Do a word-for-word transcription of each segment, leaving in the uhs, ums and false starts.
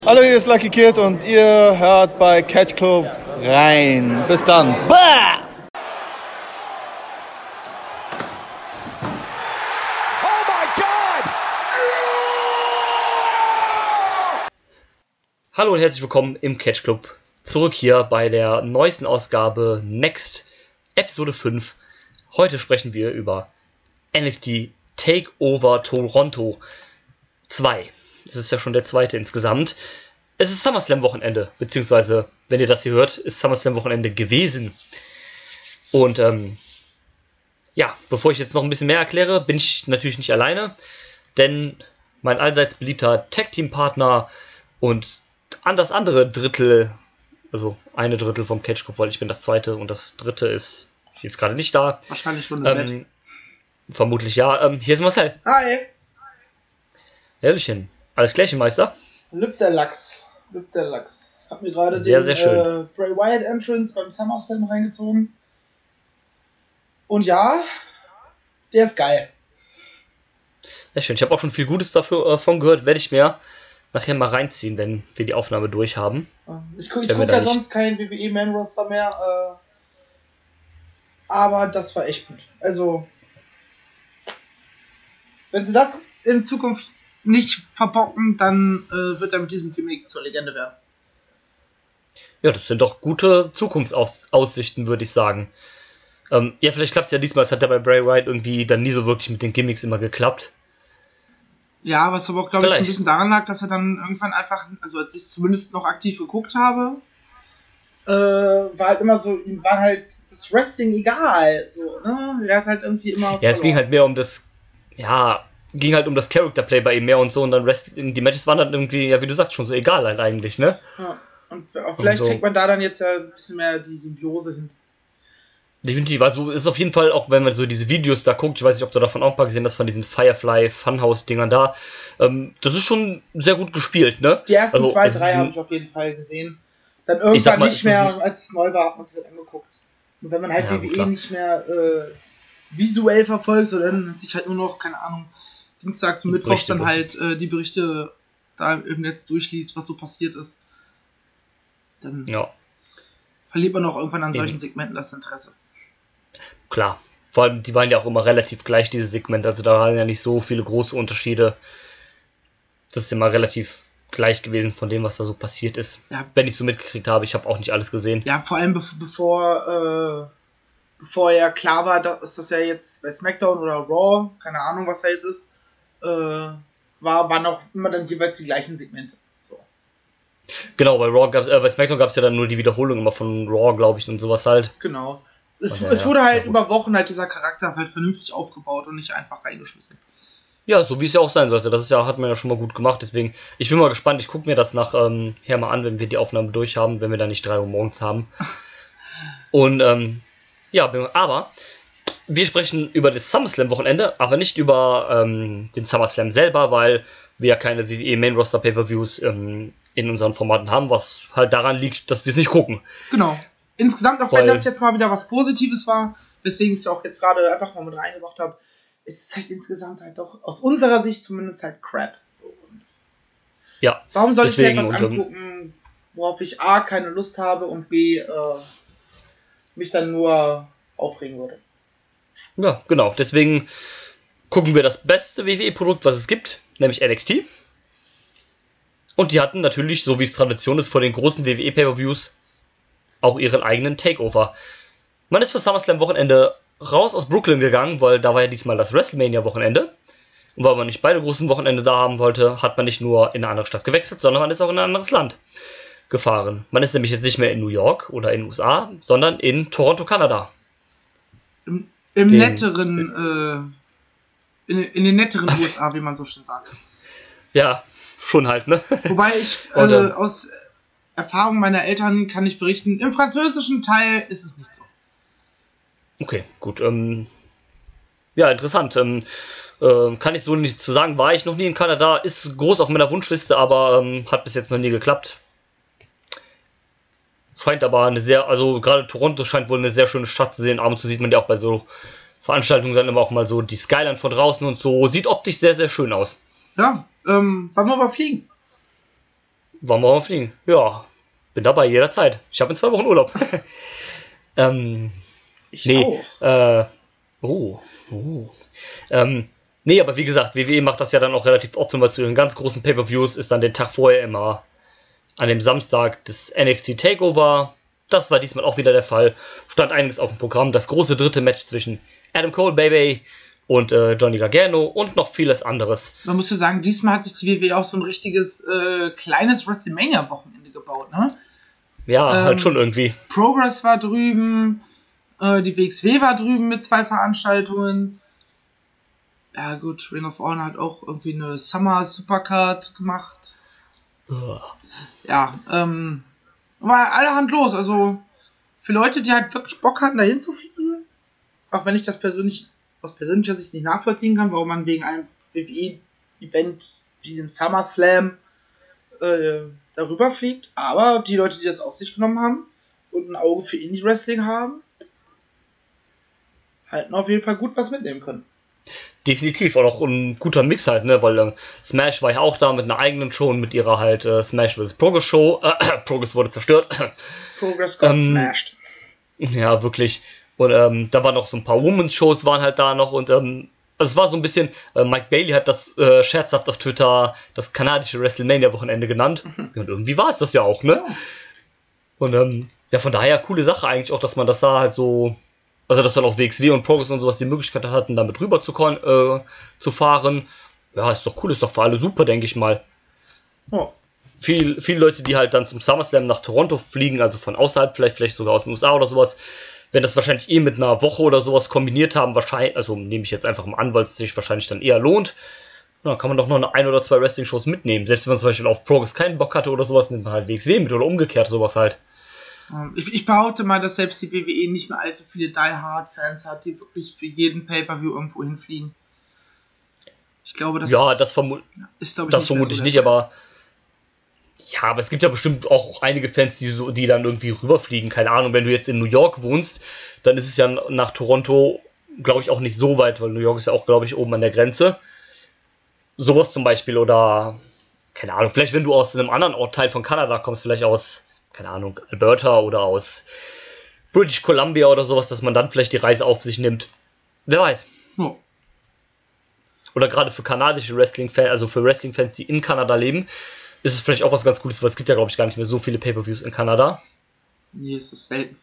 Hallo, hier ist Lucky Kid und ihr hört bei Catch Club rein. Bis dann. Bah! Oh my God! Hallo und herzlich willkommen im Catch Club. Zurück hier bei der neuesten Ausgabe Next, Episode fünf. Heute sprechen wir über N X T Takeover Toronto zwei. Das ist ja schon der zweite insgesamt. Es ist SummerSlam-Wochenende, beziehungsweise, wenn ihr das hier hört, ist SummerSlam-Wochenende gewesen. Und ähm, ja, bevor ich jetzt noch ein bisschen mehr erkläre, bin ich natürlich nicht alleine, denn mein allseits beliebter Tag-Team-Partner und an das andere Drittel, also eine Drittel vom Catch Club, weil ich bin das zweite und das dritte ist jetzt gerade nicht da. Wahrscheinlich schon im ähm, Vermutlich ja. Ähm, hier ist Marcel. Hi! Hallöchen. Alles Klärchen, Meister? Lübt der Lachs. Lübt der Lachs. Hab mir gerade Sehr, den sehr schön. äh, Bray Wyatt Entrance beim SummerSlam reingezogen. Und ja, der ist geil. Sehr schön. Ich habe auch schon viel Gutes davon gehört. Werde ich mir nachher mal reinziehen, wenn wir die Aufnahme durch haben. Ich, gu ich Wenn wir gucke da ja nicht- sonst kein W W E Man Roster mehr. Äh, aber das war echt gut. Also, wenn sie das in Zukunft nicht verbocken, dann äh, wird er mit diesem Gimmick zur Legende werden. Ja, das sind doch gute Zukunftsaussichten, würde ich sagen. Ähm, ja, vielleicht klappt es ja diesmal. Es hat ja bei Bray Wyatt irgendwie dann nie so wirklich mit den Gimmicks immer geklappt. Ja, was aber, glaube ich, so ein Vielleicht. bisschen daran lag, dass er dann irgendwann einfach, also als ich zumindest noch aktiv geguckt habe, äh, war halt immer so, ihm war halt das Wrestling egal. So, ne? Er hat halt irgendwie immer. Ja, es ging halt mehr um das, ja, ging halt um das Character Play bei ihm mehr und so und dann Wrestling, die Matches waren dann irgendwie, ja, wie du sagst, schon so egal halt eigentlich, ne? Ja. Und vielleicht Und so. kriegt man da dann jetzt ja ein bisschen mehr die Symbiose hin. Definitiv, also ist auf jeden Fall, auch wenn man so diese Videos da guckt, ich weiß nicht, ob du davon auch ein paar gesehen hast, von diesen Firefly Funhouse-Dingern da, ähm, das ist schon sehr gut gespielt, ne? Die ersten Also, zwei, es ist drei ein- habe ich auf jeden Fall gesehen. Dann Ich sag irgendwann mal, nicht es ist mehr, ein- und als es neu war, hat man es halt angeguckt. Und wenn man halt Ja, W W E klar. nicht mehr äh, visuell verfolgt, sondern sich halt nur noch, keine Ahnung, dienstags und Die mittwochs Berichte dann halt äh, die Berichte da im Netz durchliest, was so passiert ist, dann Ja, verliert man auch irgendwann an Eben. solchen Segmenten das Interesse. klar. Vor allem, die waren ja auch immer relativ gleich, diese Segmente, also da waren ja nicht so viele große Unterschiede. Das ist immer relativ gleich gewesen von dem, was da so passiert ist. Ja. Wenn ich so mitgekriegt habe, ich habe auch nicht alles gesehen. Ja, vor allem bev bevor, äh, bevor ja klar war, dass das ja jetzt bei SmackDown oder Raw, keine Ahnung, was da jetzt ist, äh, war, waren auch immer dann jeweils die gleichen Segmente. So. Genau, bei Raw gab's, äh, bei SmackDown gab es ja dann nur die Wiederholung immer von Raw, glaube ich, und sowas halt. Genau. Es, Ja, es ja, wurde halt ja, gut. über Wochen halt dieser Charakter halt vernünftig aufgebaut und nicht einfach reingeschmissen. Ja, so wie es ja auch sein sollte. Das ist ja, hat man ja schon mal gut gemacht. Deswegen, ich bin mal gespannt. Ich gucke mir das nachher ähm, her mal an, wenn wir die Aufnahme durch haben, wenn wir da nicht drei Uhr morgens haben. Und ähm, ja, aber wir sprechen über das SummerSlam-Wochenende, aber nicht über ähm, den SummerSlam selber, weil wir ja keine W W E Main Roster Pay-Per-Views ähm, in unseren Formaten haben, was halt daran liegt, dass wir es nicht gucken. Genau. Insgesamt, auch Weil- wenn das jetzt mal wieder was Positives war, weswegen ich es auch jetzt gerade einfach mal mit reingebracht habe, ist es halt insgesamt halt doch aus unserer Sicht zumindest halt Crap. So. Und Ja, warum soll deswegen ich mir etwas und, ähm, angucken, worauf ich A, keine Lust habe und B, äh, mich dann nur aufregen würde? Ja, genau. Deswegen gucken wir das beste W W E-Produkt, was es gibt, nämlich N X T. Und die hatten natürlich, so wie es Tradition ist, vor den großen W W E-Pay-Per-Views auch ihren eigenen Takeover. Man ist für SummerSlam-Wochenende raus aus Brooklyn gegangen, weil da war ja diesmal das WrestleMania-Wochenende. Und weil man nicht beide großen Wochenende da haben wollte, hat man nicht nur in eine andere Stadt gewechselt, sondern man ist auch in ein anderes Land gefahren. Man ist nämlich jetzt nicht mehr in New York oder in den U S A, sondern in Toronto, Kanada. Im, im Den- netteren, äh, in, in den netteren U S A, wie man so schön sagt. Ja, schon halt, ne? Wobei ich, Und, äh, ähm, aus Erfahrung meiner Eltern kann ich berichten, im französischen Teil ist es nicht so. Okay, gut. Ähm, ja, interessant. Ähm, äh, kann ich so nicht zu sagen. War ich noch nie in Kanada. Ist groß auf meiner Wunschliste, aber ähm, hat bis jetzt noch nie geklappt. Scheint aber eine sehr, also gerade Toronto scheint wohl eine sehr schöne Stadt zu sehen. Ab und zu sieht man ja auch bei so Veranstaltungen dann immer auch mal so die Skyline von draußen und so. Sieht optisch sehr, sehr schön aus. Ja, ähm, wollen wir mal fliegen? Wollen wir mal fliegen? Ja, bin dabei jederzeit. Ich habe in zwei Wochen Urlaub. ähm, Ich nee, auch. äh, oh, oh. Ähm, nee, aber wie gesagt, W W E macht das ja dann auch relativ oft, immer zu den ganz großen Pay-Per-Views ist dann den Tag vorher immer an dem Samstag des N X T Takeover. Das war diesmal auch wieder der Fall. Stand einiges auf dem Programm. Das große dritte Match zwischen Adam Cole, Baby und äh, Johnny Gargano und noch vieles anderes. Man muss ja sagen, diesmal hat sich die W W E auch so ein richtiges äh, kleines WrestleMania-Wochenende gebaut, ne? Ja, Ähm, halt schon irgendwie. Progress war drüben, äh, die W X W war drüben mit zwei Veranstaltungen. Ja gut, Ring of Honor hat auch irgendwie eine Summer Supercard gemacht. Uah. Ja, ähm, war allerhand los. Also für Leute, die halt wirklich Bock hatten, da hinzufliegen, auch wenn ich das persönlich aus persönlicher Sicht nicht nachvollziehen kann, warum man wegen einem W W E-Event wie dem SummerSlam äh, darüber fliegt. Aber die Leute, die das auf sich genommen haben und ein Auge für Indie-Wrestling haben, halten auf jeden Fall gut was mitnehmen können. Definitiv, auch noch ein guter Mix halt, ne, weil äh, Smash war ja auch da mit einer eigenen Show und mit ihrer halt äh, Smash versus. Progress Show. Äh, Progress wurde zerstört. Progress got Ähm, smashed. Ja, wirklich. Und ähm, da waren noch so ein paar Women's Shows waren halt da noch und ähm, also es war so ein bisschen, äh, Mike Bailey hat das äh, scherzhaft auf Twitter das kanadische WrestleMania-Wochenende genannt. Und irgendwie war es das ja auch, ne? Und ähm, ja, von daher coole Sache eigentlich auch, dass man das da halt so, also dass dann auch W X W und Progress und sowas die Möglichkeit hatten, damit rüber zu, kon- äh, zu fahren. Ja, ist doch cool, ist doch für alle super, denke ich mal. Oh. Viel, viele Leute, die halt dann zum SummerSlam nach Toronto fliegen, also von außerhalb, vielleicht, vielleicht sogar aus den U S A oder sowas, wenn das wahrscheinlich eh mit einer Woche oder sowas kombiniert haben, wahrscheinlich, also nehme ich jetzt einfach mal an, weil es sich wahrscheinlich dann eher lohnt, dann kann man doch noch eine ein oder zwei Wrestling-Shows mitnehmen. Selbst wenn man zum Beispiel auf Progress keinen Bock hatte oder sowas, nimmt man halt W X W mit oder umgekehrt sowas halt. Ich, ich behaupte mal, dass selbst die W W E nicht mehr allzu viele Die-Hard-Fans hat, die wirklich für jeden Pay-Per-View irgendwo hinfliegen. Ich glaube, das Ja, das, vermu- ist, glaube ich, das nicht mehr vermute ich so nicht, der Fall. aber ja, aber es gibt ja bestimmt auch einige Fans, die, so, die dann irgendwie rüberfliegen. Keine Ahnung, wenn du jetzt in New York wohnst, dann ist es ja nach Toronto, glaube ich, auch nicht so weit, weil New York ist ja auch, glaube ich, oben an der Grenze. Sowas zum Beispiel oder, keine Ahnung, vielleicht wenn du aus einem anderen Ort, Teil von Kanada kommst, vielleicht aus, keine Ahnung, Alberta oder aus British Columbia oder sowas, dass man dann vielleicht die Reise auf sich nimmt. Wer weiß. Oh. Oder gerade für kanadische Wrestling-Fans, also für Wrestling-Fans, die in Kanada leben, ist es vielleicht auch was ganz Gutes, weil es gibt ja, glaube ich, gar nicht mehr so viele Pay-Per-Views in Kanada. Nee, es ist selten.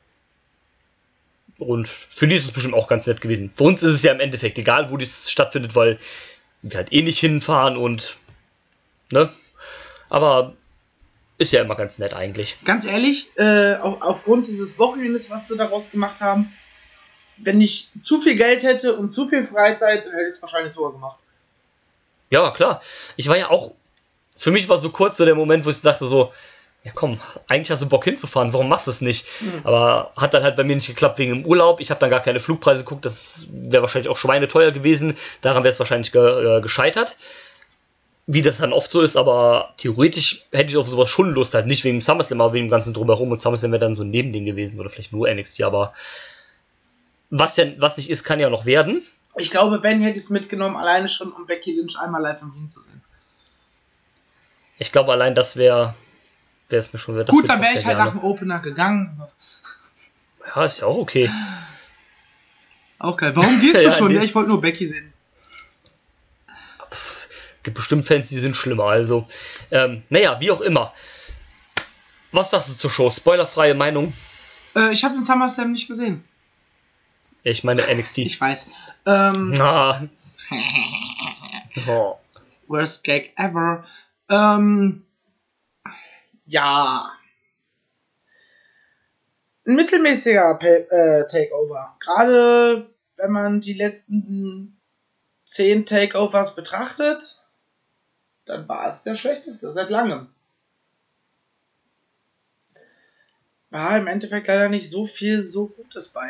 Und für die ist es bestimmt auch ganz nett gewesen. Für uns ist es ja im Endeffekt egal, wo das stattfindet, weil wir halt eh nicht hinfahren und, ne? Aber ist ja immer ganz nett eigentlich. Ganz ehrlich, äh, auf, aufgrund dieses Wochenendes, was sie daraus gemacht haben, wenn ich zu viel Geld hätte und zu viel Freizeit, dann hätte ich es wahrscheinlich sogar gemacht. Ja, klar. Ich war ja auch, für mich war so kurz so der Moment, wo ich dachte so, ja komm, eigentlich hast du Bock hinzufahren, warum machst du es nicht? Mhm. Aber hat dann halt bei mir nicht geklappt wegen dem Urlaub. Ich habe dann gar keine Flugpreise geguckt, das wäre wahrscheinlich auch schweineteuer gewesen. Daran wäre es wahrscheinlich ge- äh, gescheitert. Wie das dann oft so ist, aber theoretisch hätte ich auf sowas schon Lust, halt nicht wegen dem SummerSlam, aber wegen dem ganzen Drumherum. Und SummerSlam wäre dann so ein Nebending gewesen oder vielleicht nur N X T, aber was ja was nicht ist, kann ja noch werden. Ich glaube, Ben hätte es mitgenommen, alleine schon, um Becky Lynch einmal live im Ring zu sehen. Ich glaube, allein das wäre wäre es mir schon wert. Gut, dann wäre ich halt gerne nach dem Opener gegangen. Ja, ist ja auch okay. Auch geil. Warum gehst du ja, schon? nee. Ja, ich wollte nur Becky sehen. Pff, gibt bestimmt Fans, die sind schlimmer. Also, ähm, naja, wie auch immer. Was sagst du zur Show? Spoilerfreie Meinung? Äh, ich habe den SummerSlam nicht gesehen. Ich meine N X T. Ich weiß. Ähm, ah. oh. Worst Gag ever. Ähm, ja. Ein mittelmäßiger Pay- äh, Takeover. Gerade wenn man die letzten zehn Takeovers betrachtet, dann war es der schlechteste seit langem. War im Endeffekt leider nicht so viel so Gutes bei.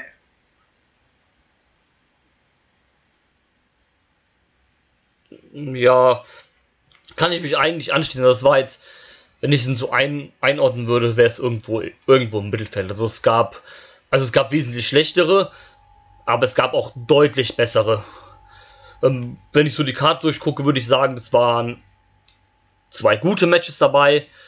Ja, kann ich mich eigentlich anschließen. Das war jetzt, wenn ich es so ein, einordnen würde, wäre es irgendwo, irgendwo im Mittelfeld. Also es gab, also es gab wesentlich schlechtere, aber es gab auch deutlich bessere. Ähm, wenn ich so die Karte durchgucke, würde ich sagen, das waren zwei gute Matches dabei.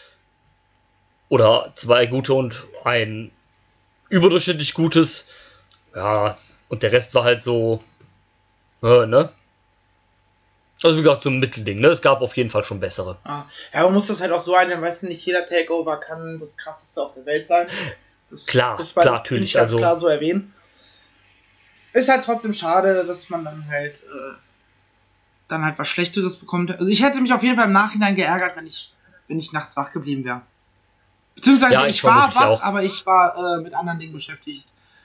Oder zwei gute und ein überdurchschnittlich gutes. Ja, und der Rest war halt so, äh, ne? Also wie gesagt, so ein Mittelding, ne? Es gab auf jeden Fall schon bessere. Ah. Ja, man muss das halt auch so einnehmen, weißt du, nicht jeder Takeover kann das krasseste auf der Welt sein. Das klar, ist bei klar, natürlich. ganz Also klar so erwähnen. Ist halt trotzdem schade, dass man dann halt äh, dann halt was Schlechteres bekommt. Also ich hätte mich auf jeden Fall im Nachhinein geärgert, wenn ich, wenn ich nachts wach geblieben wäre. Beziehungsweise ja, ich, ich war wach, auch. aber ich war äh, mit anderen Dingen beschäftigt.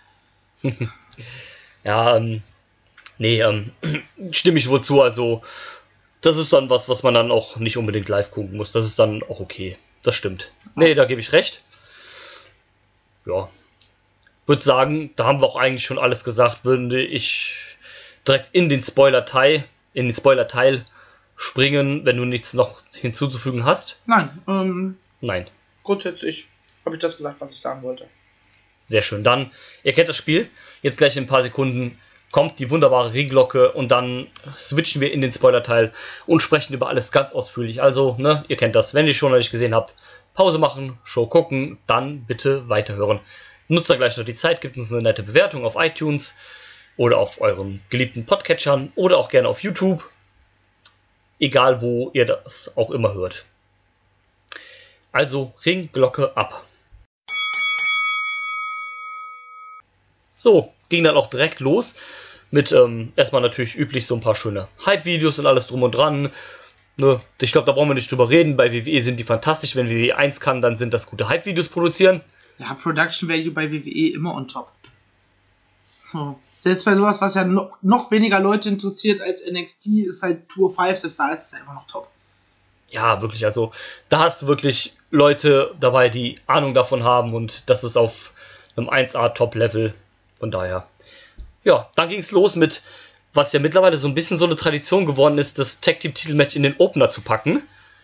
ja, ähm, nee, ähm, stimme ich wohl zu. Also das ist dann was, was man dann auch nicht unbedingt live gucken muss. Das ist dann auch okay. Das stimmt. Nee, da gebe ich recht. Ja. Würde sagen, da haben wir auch eigentlich schon alles gesagt. Würde ich direkt in den Spoiler-Teil, in den Spoiler-Teil springen, wenn du nichts noch hinzuzufügen hast? Nein, ähm, Nein. Grundsätzlich habe ich das gesagt, was ich sagen wollte. Sehr schön. Dann, ihr kennt das Spiel. Jetzt gleich in ein paar Sekunden kommt die wunderbare Ringglocke und dann switchen wir in den Spoiler-Teil und sprechen über alles ganz ausführlich. Also, ne, ihr kennt das. Wenn ihr schon noch nicht gesehen habt, Pause machen, Show gucken, dann bitte weiterhören. Nutzt da gleich noch die Zeit, gebt uns eine nette Bewertung auf iTunes oder auf euren geliebten Podcatchern oder auch gerne auf YouTube. Egal, wo ihr das auch immer hört. Also, Ringglocke ab. So, ging dann auch direkt los mit ähm, erstmal natürlich üblich so ein paar schöne Hype-Videos und alles drum und dran. Ne, ich glaube, da brauchen wir nicht drüber reden. Bei W W E sind die fantastisch. Wenn W W E eins kann, dann sind das gute Hype-Videos produzieren. Ja, Production Value bei W W E immer on top. So. Selbst bei sowas, was ja noch, noch weniger Leute interessiert als N X T, ist halt Tour fünf, selbst da ist es ja immer noch top. Ja, wirklich, also da hast du wirklich Leute dabei, die Ahnung davon haben und das ist auf einem eins A Top-Level. Von daher. Ja, dann ging es los mit, was ja mittlerweile so ein bisschen so eine Tradition geworden ist, das Tag-Team-Titel-Match in den Opener zu packen.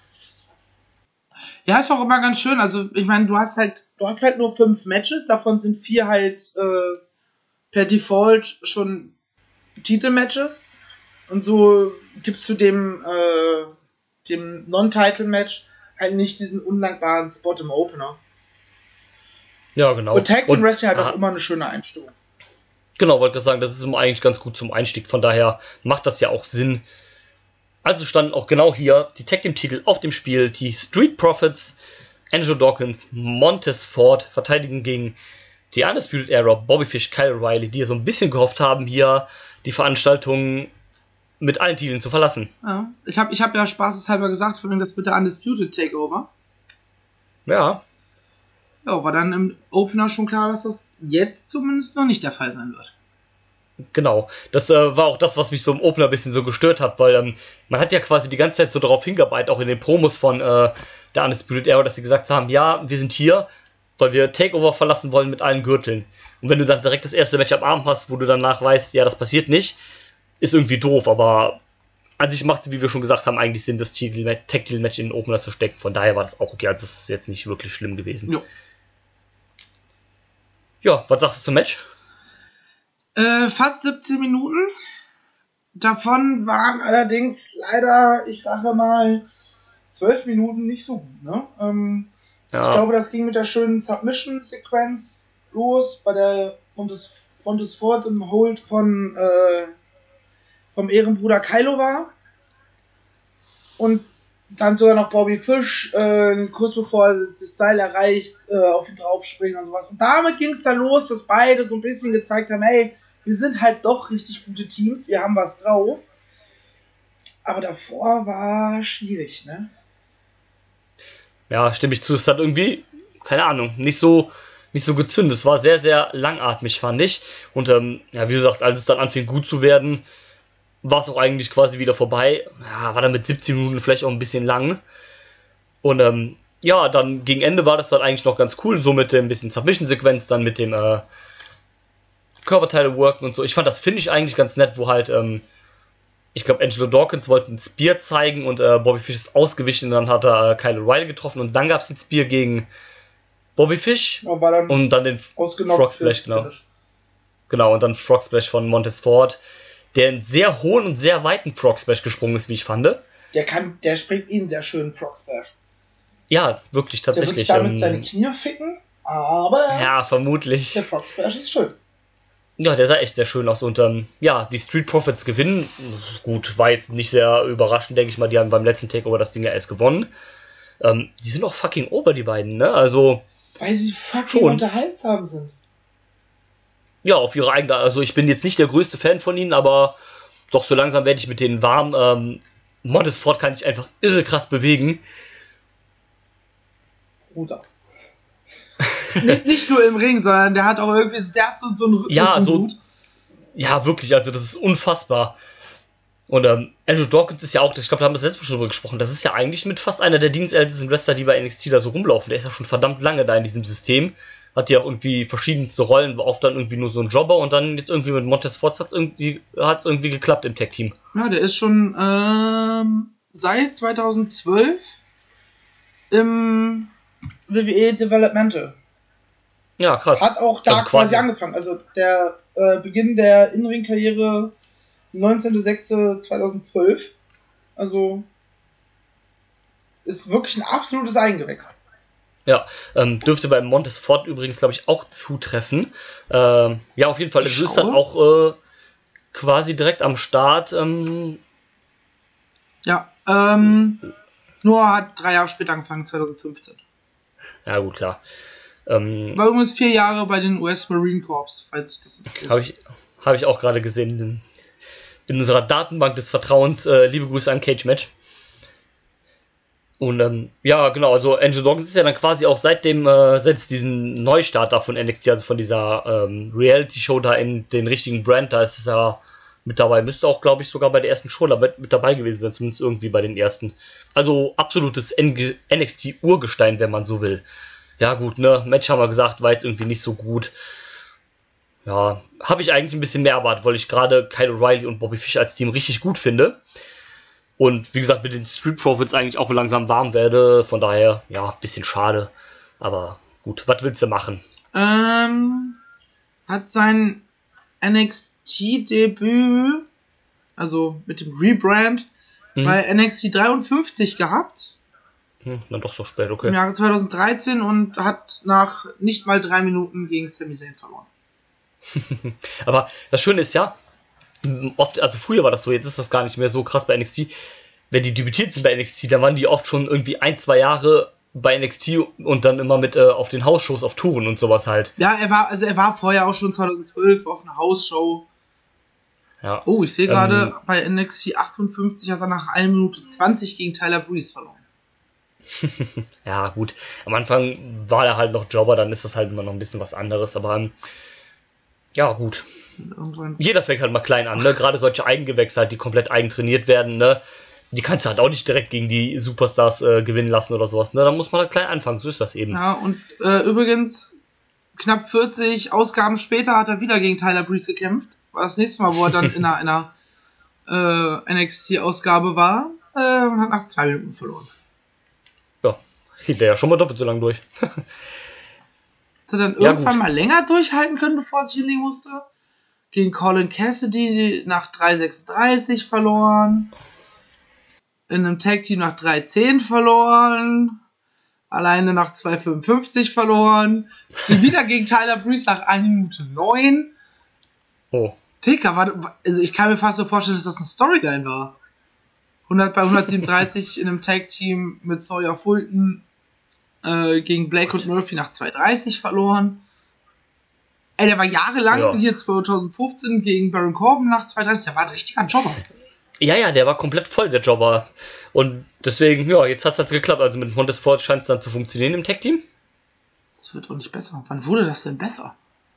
Ja, ist auch immer ganz schön. Also, ich meine, du hast halt, du hast halt nur fünf Matches, davon sind vier halt äh, per Default schon Titelmatches. Und so gibst du dem, äh, dem Non-Title-Match halt nicht diesen undankbaren Spot im Opener. Ja, genau. Und Tag Team Wrestling hat aha. auch immer eine schöne Einstellung. Genau, wollte gerade sagen, das ist immer eigentlich ganz gut zum Einstieg. Von daher macht das ja auch Sinn. Also standen auch genau hier die Tag Team Titel auf dem Spiel. Die Street Profits, Angelo Dawkins, Montez Ford verteidigen gegen die Undisputed Era, Bobby Fish, Kyle O'Reilly, die ja so ein bisschen gehofft haben, hier die Veranstaltung mit allen Titeln zu verlassen. Ja, ich habe ich hab ja spaßeshalber gesagt, von das wird der Undisputed Takeover. Ja. Ja, war dann im Opener schon klar, dass das jetzt zumindest noch nicht der Fall sein wird. Genau, das äh, war auch das, was mich so im Opener ein bisschen so gestört hat, weil ähm, man hat ja quasi die ganze Zeit so darauf hingearbeitet, auch in den Promos von äh, der Undisputed Era, dass sie gesagt haben, ja, wir sind hier, weil wir Takeover verlassen wollen mit allen Gürteln. Und wenn du dann direkt das erste Match am Abend hast, wo du danach weißt, ja, das passiert nicht, ist irgendwie doof, aber an sich macht es, wie wir schon gesagt haben, eigentlich Sinn, das Tag-Titel-Match in den Opener zu stecken. Von daher war das auch okay, also das ist jetzt nicht wirklich schlimm gewesen. Jo. Ja, was sagst du zum Match? Äh, fast siebzehn Minuten. Davon waren allerdings leider, ich sage mal, zwölf Minuten nicht so gut. Ne? Ähm, ja. Ich glaube, das ging mit der schönen Submission-Sequenz los, bei der Montes, Montes Ford im Hold von äh, vom Ehrenbruder Kylo war. Und dann sogar noch Bobby Fish, äh, kurz bevor er das Seil erreicht, äh, auf ihn draufspringen und sowas. Und damit ging es dann los, dass beide so ein bisschen gezeigt haben, hey, wir sind halt doch richtig gute Teams, wir haben was drauf. Aber davor war schwierig, ne? Ja, stimme ich zu. Es hat irgendwie, keine Ahnung, nicht so, nicht so gezündet. Es war sehr, sehr langatmig, fand ich. Und ähm, ja, wie gesagt, als es dann anfing gut zu werden, war es auch eigentlich quasi wieder vorbei. Ja, war dann mit siebzehn Minuten vielleicht auch ein bisschen lang. Und ähm, ja, dann gegen Ende war das dann eigentlich noch ganz cool, so mit dem bisschen Submission-Sequenz, dann mit dem äh, Körperteile worken und so. Ich fand das Finish eigentlich ganz nett, wo halt, ähm, ich glaube, Angelo Dawkins wollte einen Spear zeigen und äh, Bobby Fish ist ausgewichen und dann hat er äh, Kyle O'Reilly getroffen und dann gab es den Spear gegen Bobby Fish ja, dann und dann den Frog Splash, genau. Genau, und dann Frog Splash von Montez Ford, der einen sehr hohen und sehr weiten Frog Splash gesprungen ist, wie ich fand. Der kann, der springt ihn sehr schön Frog Splash. Ja, wirklich, Der wird tatsächlich. sich damit ähm, seine Knie ficken, aber ja, vermutlich. der Frog Splash ist schön. Ja, der sah echt sehr schön aus. Und ähm, ja, die Street Profits gewinnen. Gut, war jetzt nicht sehr überraschend, denke ich mal. Die haben beim letzten Takeover das Ding ja erst gewonnen. Ähm, die sind auch fucking over, die beiden, ne? Also, Weil sie fucking Schon. unterhaltsam sind. ja, auf ihre eigene. Also, ich bin jetzt nicht der größte Fan von ihnen, aber doch so langsam werde ich mit denen warm. Ähm, Montez-Ford kann sich einfach irre krass bewegen. Bruder. nicht, nicht nur im Ring, sondern der hat auch irgendwie, der hat so, so einen Rhythmus Ja, im so- Blut. Ja, wirklich, also das ist unfassbar. Und ähm, Andrew Dawkins ist ja auch, ich glaube, da haben wir das letzte Mal schon drüber gesprochen, das ist ja eigentlich mit fast einer der dienstältesten Wrestler, die bei N X T da so rumlaufen. Der ist ja schon verdammt lange da in diesem System. Hat ja auch irgendwie verschiedenste Rollen, war oft dann irgendwie nur so ein Jobber und dann jetzt irgendwie mit Montez Ford hat es irgendwie, hat's irgendwie geklappt im Tag-Team. Ja, der ist schon ähm, seit zweitausendzwölf im W W E Developmental. Ja, krass. Hat auch da Also quasi quasi- angefangen. Also der äh, Beginn der In-Ring-Karriere neunzehnter sechster zweitausendzwölf. Also ist wirklich ein absolutes Eigengewächs. Ja, ähm, dürfte bei Montez Ford übrigens, glaube ich, auch zutreffen. Ähm, ja, auf jeden Fall, Ich du ist dann schaue. auch äh, quasi direkt am Start. Ähm, Ja, ähm, Noah hat drei Jahre später angefangen, zweitausendfünfzehn. ja, gut, klar. Ähm, War übrigens vier Jahre bei den U S Marine Corps, falls sich das interessiert. Habe ich, hab ich auch gerade gesehen in, in unserer Datenbank des Vertrauens. Äh, liebe Grüße an Cage Match. Und ähm, ja, genau, also Andrew Dawkins ist ja dann quasi auch seit dem, äh, seit es diesen Neustart da von N X T, also von dieser ähm, Reality-Show da in den richtigen Brand, da ist es ja mit dabei, müsste auch, glaube ich, sogar bei der ersten Show mit, mit dabei gewesen sein, zumindest irgendwie bei den ersten. Also absolutes N X T-Urgestein, wenn man so will. Ja gut, ne, Match haben wir gesagt, war jetzt irgendwie nicht so gut. Ja, habe ich eigentlich ein bisschen mehr erwartet, weil ich gerade Kyle O'Reilly und Bobby Fish als Team richtig gut finde. Und wie gesagt, mit den Street Profits eigentlich auch langsam warm werde. Von daher, ja, bisschen schade. Aber gut, was willst du machen? Ähm, hat sein N X T-Debüt, also mit dem Rebrand, Hm. bei N X T dreiundfünfzig gehabt, Hm, dann doch so spät, im okay. Jahre zweitausenddreizehn und hat nach nicht mal drei Minuten gegen Sami Zayn verloren. Aber das Schöne ist ja, oft, also früher war das so, jetzt ist das gar nicht mehr so krass bei N X T. Wenn die debütiert sind bei N X T, dann waren die oft schon irgendwie ein, zwei Jahre bei N X T und dann immer mit äh, auf den Hausshows auf Touren und sowas halt. Ja, er war, also er war vorher auch schon zweitausendzwölf auf einer Hausshow. Ja. Oh, ich sehe Ähm, gerade, bei N X T achtundfünfzig hat er nach einer Minute zwanzig gegen Tyler Breeze verloren. Ja, gut. Am Anfang war er halt noch Jobber, dann ist das halt immer noch ein bisschen was anderes. Aber ähm, ja, gut. Irgendwann. Jeder fängt halt mal klein an, ne? Gerade solche Eigengewächse halt, die komplett eigen trainiert werden, ne? Die kannst du halt auch nicht direkt gegen die Superstars äh, gewinnen lassen oder sowas, ne? Da muss man halt klein anfangen, so ist das eben. Ja, und äh, übrigens, knapp vierzig Ausgaben später hat er wieder gegen Tyler Breeze gekämpft. War das nächste Mal, wo er dann in einer, einer äh, N X T-Ausgabe war äh, und hat nach zwei Minuten verloren. Ja, hielt er ja schon mal doppelt so lang durch. Hat er dann Ja, irgendwann gut. mal länger durchhalten können, bevor er sich hinlegen musste? Gegen Colin Cassidy nach drei sechsunddreißig verloren. In einem Tag-Team nach drei zehn verloren. Alleine nach zwei fünfundfünfzig verloren. Wieder gegen Tyler Breeze nach einer Minute neun. Oh. Ticker, war, also ich kann mir fast so vorstellen, dass das ein Storyline war. hundert bei hundertsiebenunddreißig in einem Tag-Team mit Sawyer Fulton äh, gegen Blake und Murphy nach zwei dreißig verloren. Ey, der war jahrelang Ja. hier zweitausendfünfzehn gegen Baron Corbin nach zwei dreißig. Der war ein richtiger Jobber. Ja, ja, der war komplett voll, der Jobber. Und deswegen, ja, jetzt hat es geklappt. Also mit Montez Ford scheint es dann zu funktionieren im Tag-Team. Das wird auch nicht besser. Wann wurde das denn besser?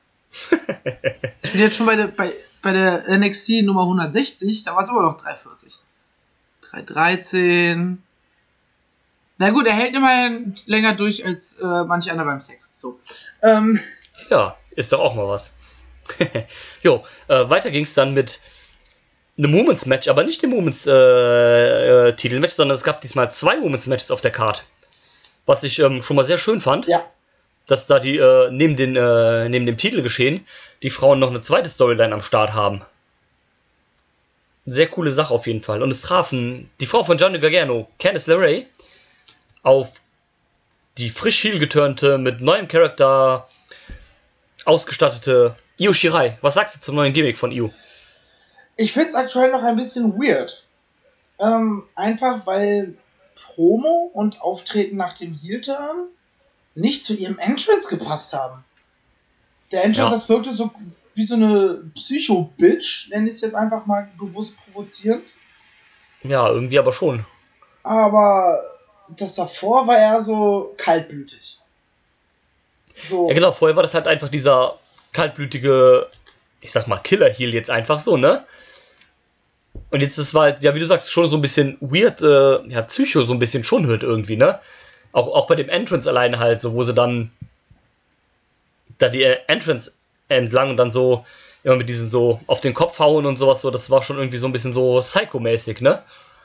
Ich bin jetzt schon bei der, bei, bei der N X T Nummer hundertsechzig, da war es immer noch drei vierzig. drei dreizehn. Na gut, er hält immerhin länger durch als äh, manche andere beim Sex. So. Ähm, Ja, ist doch auch mal was. Jo, äh, weiter ging es dann mit einem Women's Match, aber nicht dem Women's äh, äh, Titelmatch, sondern es gab diesmal zwei Women's Matches auf der Card. Was ich ähm, schon mal sehr schön fand, ja. dass da die äh, neben, den, äh, neben dem Titelgeschehen die Frauen noch eine zweite Storyline am Start haben. Sehr coole Sache auf jeden Fall. Und es trafen die Frau von Johnny Gargano, Candice LeRae, auf die frisch heel geturnte, mit neuem Charakter ausgestattete Io Shirai. Was sagst du zum neuen Gimmick von Io? Ich finde es aktuell noch ein bisschen weird. Ähm, einfach weil Promo und Auftreten nach dem Heel-Turn nicht zu ihrem Entrance gepasst haben. Der Entrance, ja. Das wirkte so wie so eine Psycho-Bitch, nenne ich es jetzt einfach mal bewusst provozierend. Ja, irgendwie aber schon. Aber das davor war eher so kaltblütig. So. Ja genau, vorher war das halt einfach dieser kaltblütige, ich sag mal, Killer-Heel jetzt einfach so, ne? Und jetzt ist es halt, ja wie du sagst, schon so ein bisschen weird, äh, ja, Psycho so ein bisschen schon hört irgendwie, ne? Auch, auch bei dem Entrance alleine halt, so wo sie dann da die Entrance entlang und dann so immer mit diesen so auf den Kopf hauen und sowas, so, das war schon irgendwie so ein bisschen so Psycho-mäßig, ne?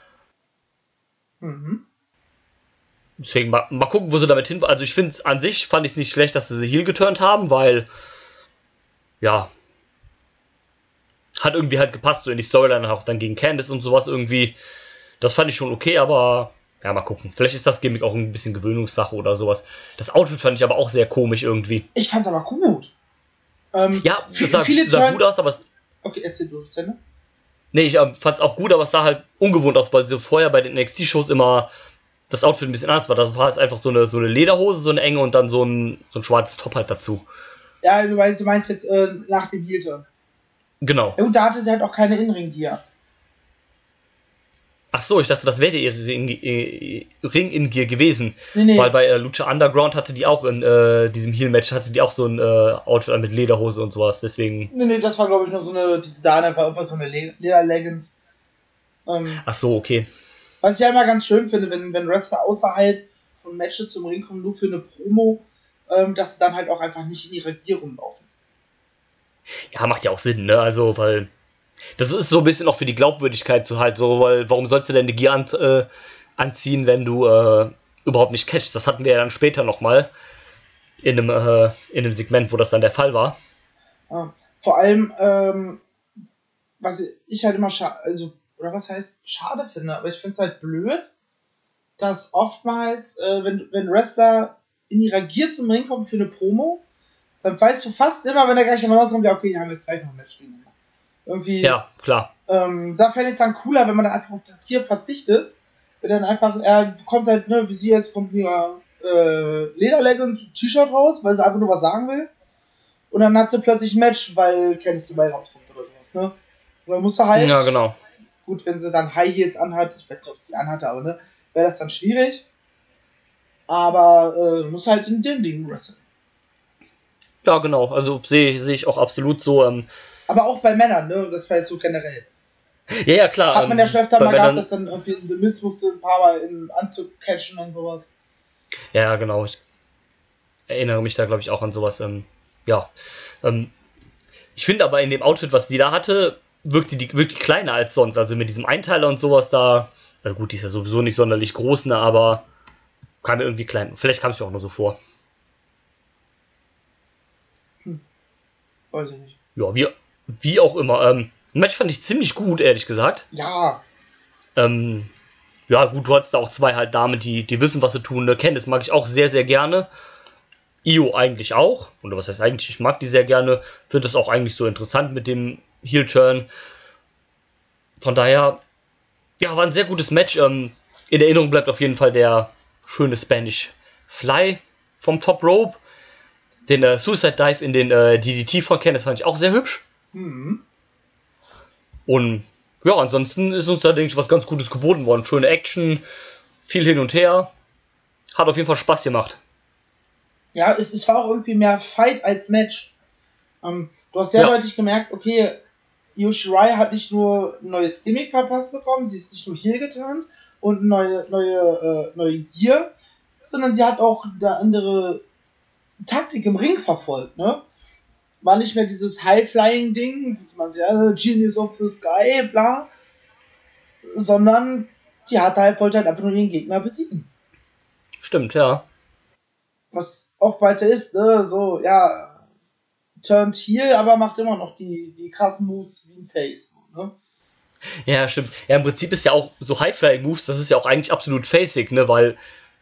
Mhm. Deswegen mal, mal gucken, wo sie damit hin. Also ich finde, an sich fand ich es nicht schlecht, dass sie sie heel geturnt haben, weil ja hat irgendwie halt gepasst, so in die Storyline auch dann gegen Candice und sowas irgendwie. Das fand ich schon okay, aber ja, mal gucken. Vielleicht ist das Gimmick auch ein bisschen Gewöhnungssache oder sowas. Das Outfit fand ich aber auch sehr komisch irgendwie. Ich fand's aber gut. Ähm, ja, es sah, viele sah gut aus, aber es... Okay, erzähl du, Zende. Nee, ich ähm, fand's auch gut, aber es sah halt ungewohnt aus, weil so vorher bei den N X T-Shows immer das Outfit ein bisschen anders war. Das war jetzt einfach so eine, so eine Lederhose, so eine enge und dann so ein, so ein schwarzes Top halt dazu. Ja, du meinst, du meinst jetzt äh, nach dem Heel-Turn. Genau. Und da hatte sie halt auch keine In-Ring-Gear. Ach so, ich dachte, das wäre ihre Ring-In-Gear gewesen. Nee, nee. Weil bei äh, Lucha Underground hatte die auch in äh, diesem Heel-Match, hatte die auch so ein äh, Outfit mit Lederhose und sowas, deswegen... Nee, nee, das war glaube ich nur so eine, diese Dana war einfach so eine Le- Leder-Leggings. Ähm, Ach so, okay. Was ich ja immer ganz schön finde, wenn, wenn Wrestler außerhalb von Matches zum Ring kommen, nur für eine Promo, ähm, dass sie dann halt auch einfach nicht in ihre Gear rumlaufen. Ja, macht ja auch Sinn, ne, also, weil... Das ist so ein bisschen auch für die Glaubwürdigkeit so halt so, weil warum sollst du denn eine Gear an, äh, anziehen, wenn du äh, überhaupt nicht catchst? Das hatten wir ja dann später nochmal in einem, äh, in einem Segment, wo das dann der Fall war. Ja, vor allem, ähm, was ich halt immer schade, also, oder was heißt schade finde, aber ich finde es halt blöd, dass oftmals, äh, wenn, wenn Wrestler in ihrer Gear zum Ring kommen für eine Promo, dann weißt du fast immer, wenn er gleich rauskommt, ja okay, die haben jetzt gleich noch ein Match gegeneinander. Irgendwie, ja, klar. Ähm, da fände ich es dann cooler, wenn man dann einfach auf das Tier verzichtet. Wenn dann einfach, er kommt halt, ne, wie sie jetzt kommt ihrer äh, Lederleggings und T-Shirt raus, weil sie einfach nur was sagen will. Und dann hat sie plötzlich ein Match, weil Candice dabei rauskommt oder sowas, ne? Und dann muss sie halt, ja, genau. Gut, wenn sie dann High Heels anhat, ich weiß nicht, ob sie die anhatte, aber ne, wäre das dann schwierig. Aber äh, muss halt in dem Ding wresteln. Ja, genau, also sehe seh ich auch absolut so. Ähm, Aber auch bei Männern, ne? Das war jetzt so generell. Ja, ja, klar. Hat man ja schon öfter ähm, mal Männern, gehabt, dass dann irgendwie The Miz musste ein paar Mal im Anzug catchen und sowas. Ja, genau. Ich erinnere mich da, glaube ich, auch an sowas. Ähm, ja. Ähm, ich finde aber in dem Outfit, was die da hatte, wirkte die wirklich kleiner als sonst. Also mit diesem Einteiler und sowas da. Also gut, die ist ja sowieso nicht sonderlich groß, ne, aber kam mir irgendwie klein. Vielleicht kam es mir auch nur so vor. Hm. Weiß ich nicht. Ja, wie, wie auch immer. Ähm, ein Match fand ich ziemlich gut, ehrlich gesagt. Ja. Ähm, ja, gut, du hattest da auch zwei halt Damen, die, die wissen, was sie tun. Ne? Candice mag ich auch sehr, sehr gerne. Io eigentlich auch. Oder was heißt eigentlich? Ich mag die sehr gerne. Finde das auch eigentlich so interessant mit dem Heel-Turn. Von daher, ja, war ein sehr gutes Match. Ähm, in Erinnerung bleibt auf jeden Fall der schöne Spanish Fly vom Top Rope. Den äh, Suicide Dive in den äh, D D T von Candice fand ich auch sehr hübsch. Mhm. Und ja, ansonsten ist uns da, denke ich, was ganz Gutes geboten worden. Schöne Action, viel hin und her. Hat auf jeden Fall Spaß gemacht. Ja, es, es war auch irgendwie mehr Fight als Match. Ähm, du hast sehr Ja. deutlich gemerkt, okay, Io Shirai hat nicht nur ein neues Gimmick verpasst bekommen, sie ist nicht nur hier geturnt und neue, neue, äh, neue Gear, sondern sie hat auch eine andere Taktik im Ring verfolgt, ne? War nicht mehr dieses High-Flying-Ding, was man sehr, Genius of the Sky, bla, sondern die hat halt, wollte halt einfach nur ihren Gegner besiegen. Stimmt, ja. Was oftmals ja ist, ne, so, ja, turned heel, aber macht immer noch die, die krassen Moves wie ein Face, ne? Ja, stimmt. Ja, im Prinzip ist ja auch so High-Flying-Moves, das ist ja auch eigentlich absolut facig, ne, weil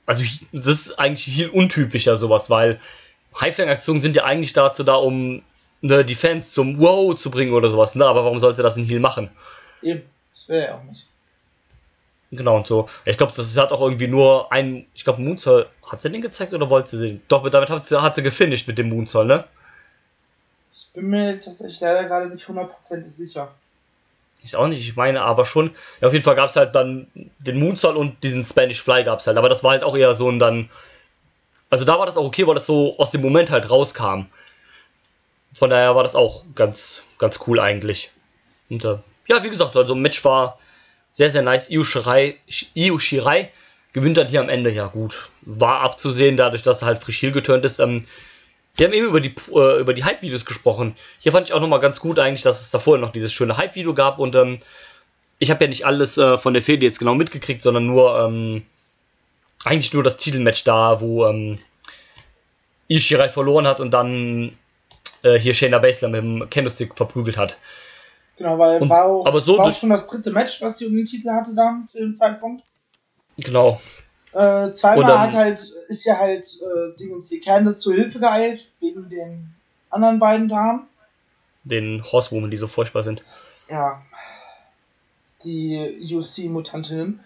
also das ist eigentlich viel untypischer sowas, weil Highflying-Aktionen sind ja eigentlich dazu da, um eine Defense zum Wow zu bringen oder sowas, ne? Aber warum sollte das ein Heal machen? Eben, das will er auch nicht. Genau und so. Ich glaube, das hat auch irgendwie nur ein, ich glaube, Moonsault, hat sie den gezeigt oder wollte sie den? Doch, damit hat sie, hat sie gefinisht mit dem Moonsault, ne? Ich bin mir tatsächlich leider gerade nicht hundertprozentig sicher. Ich auch nicht, ich meine aber schon. Ja, auf jeden Fall gab es halt dann den Moonsault und diesen Spanish Fly gab es halt. Aber das war halt auch eher so ein dann. Also da war das auch okay, weil das so aus dem Moment halt rauskam. Von daher war das auch ganz, ganz cool eigentlich. Und äh, ja, wie gesagt, also Match war sehr, sehr nice. Io Shirai, Io Shirai gewinnt dann hier am Ende. Ja gut, war abzusehen, dadurch, dass er halt frisch heel geturnt ist. Ähm, Wir haben eben über die, äh, über die Hype-Videos gesprochen. Hier fand ich auch nochmal ganz gut eigentlich, dass es davor noch dieses schöne Hype-Video gab. Und ähm, ich habe ja nicht alles äh, von der Fehde jetzt genau mitgekriegt, sondern nur ähm, eigentlich nur das Titelmatch da, wo ähm, Io Shirai verloren hat und dann äh, hier Shayna Baszler mit dem Candlestick verprügelt hat. Genau, weil Und, war, auch, aber so war auch schon das dritte Match, was sie um den Titel hatte da zu dem Zeitpunkt. Genau. Äh, zweimal Und, ähm, hat halt, ist ja halt äh, Dingens die Candice zur Hilfe geeilt, wegen den anderen beiden Damen. Den Horsewomen, die so furchtbar sind. Ja. Die U F C-Mutantinnen.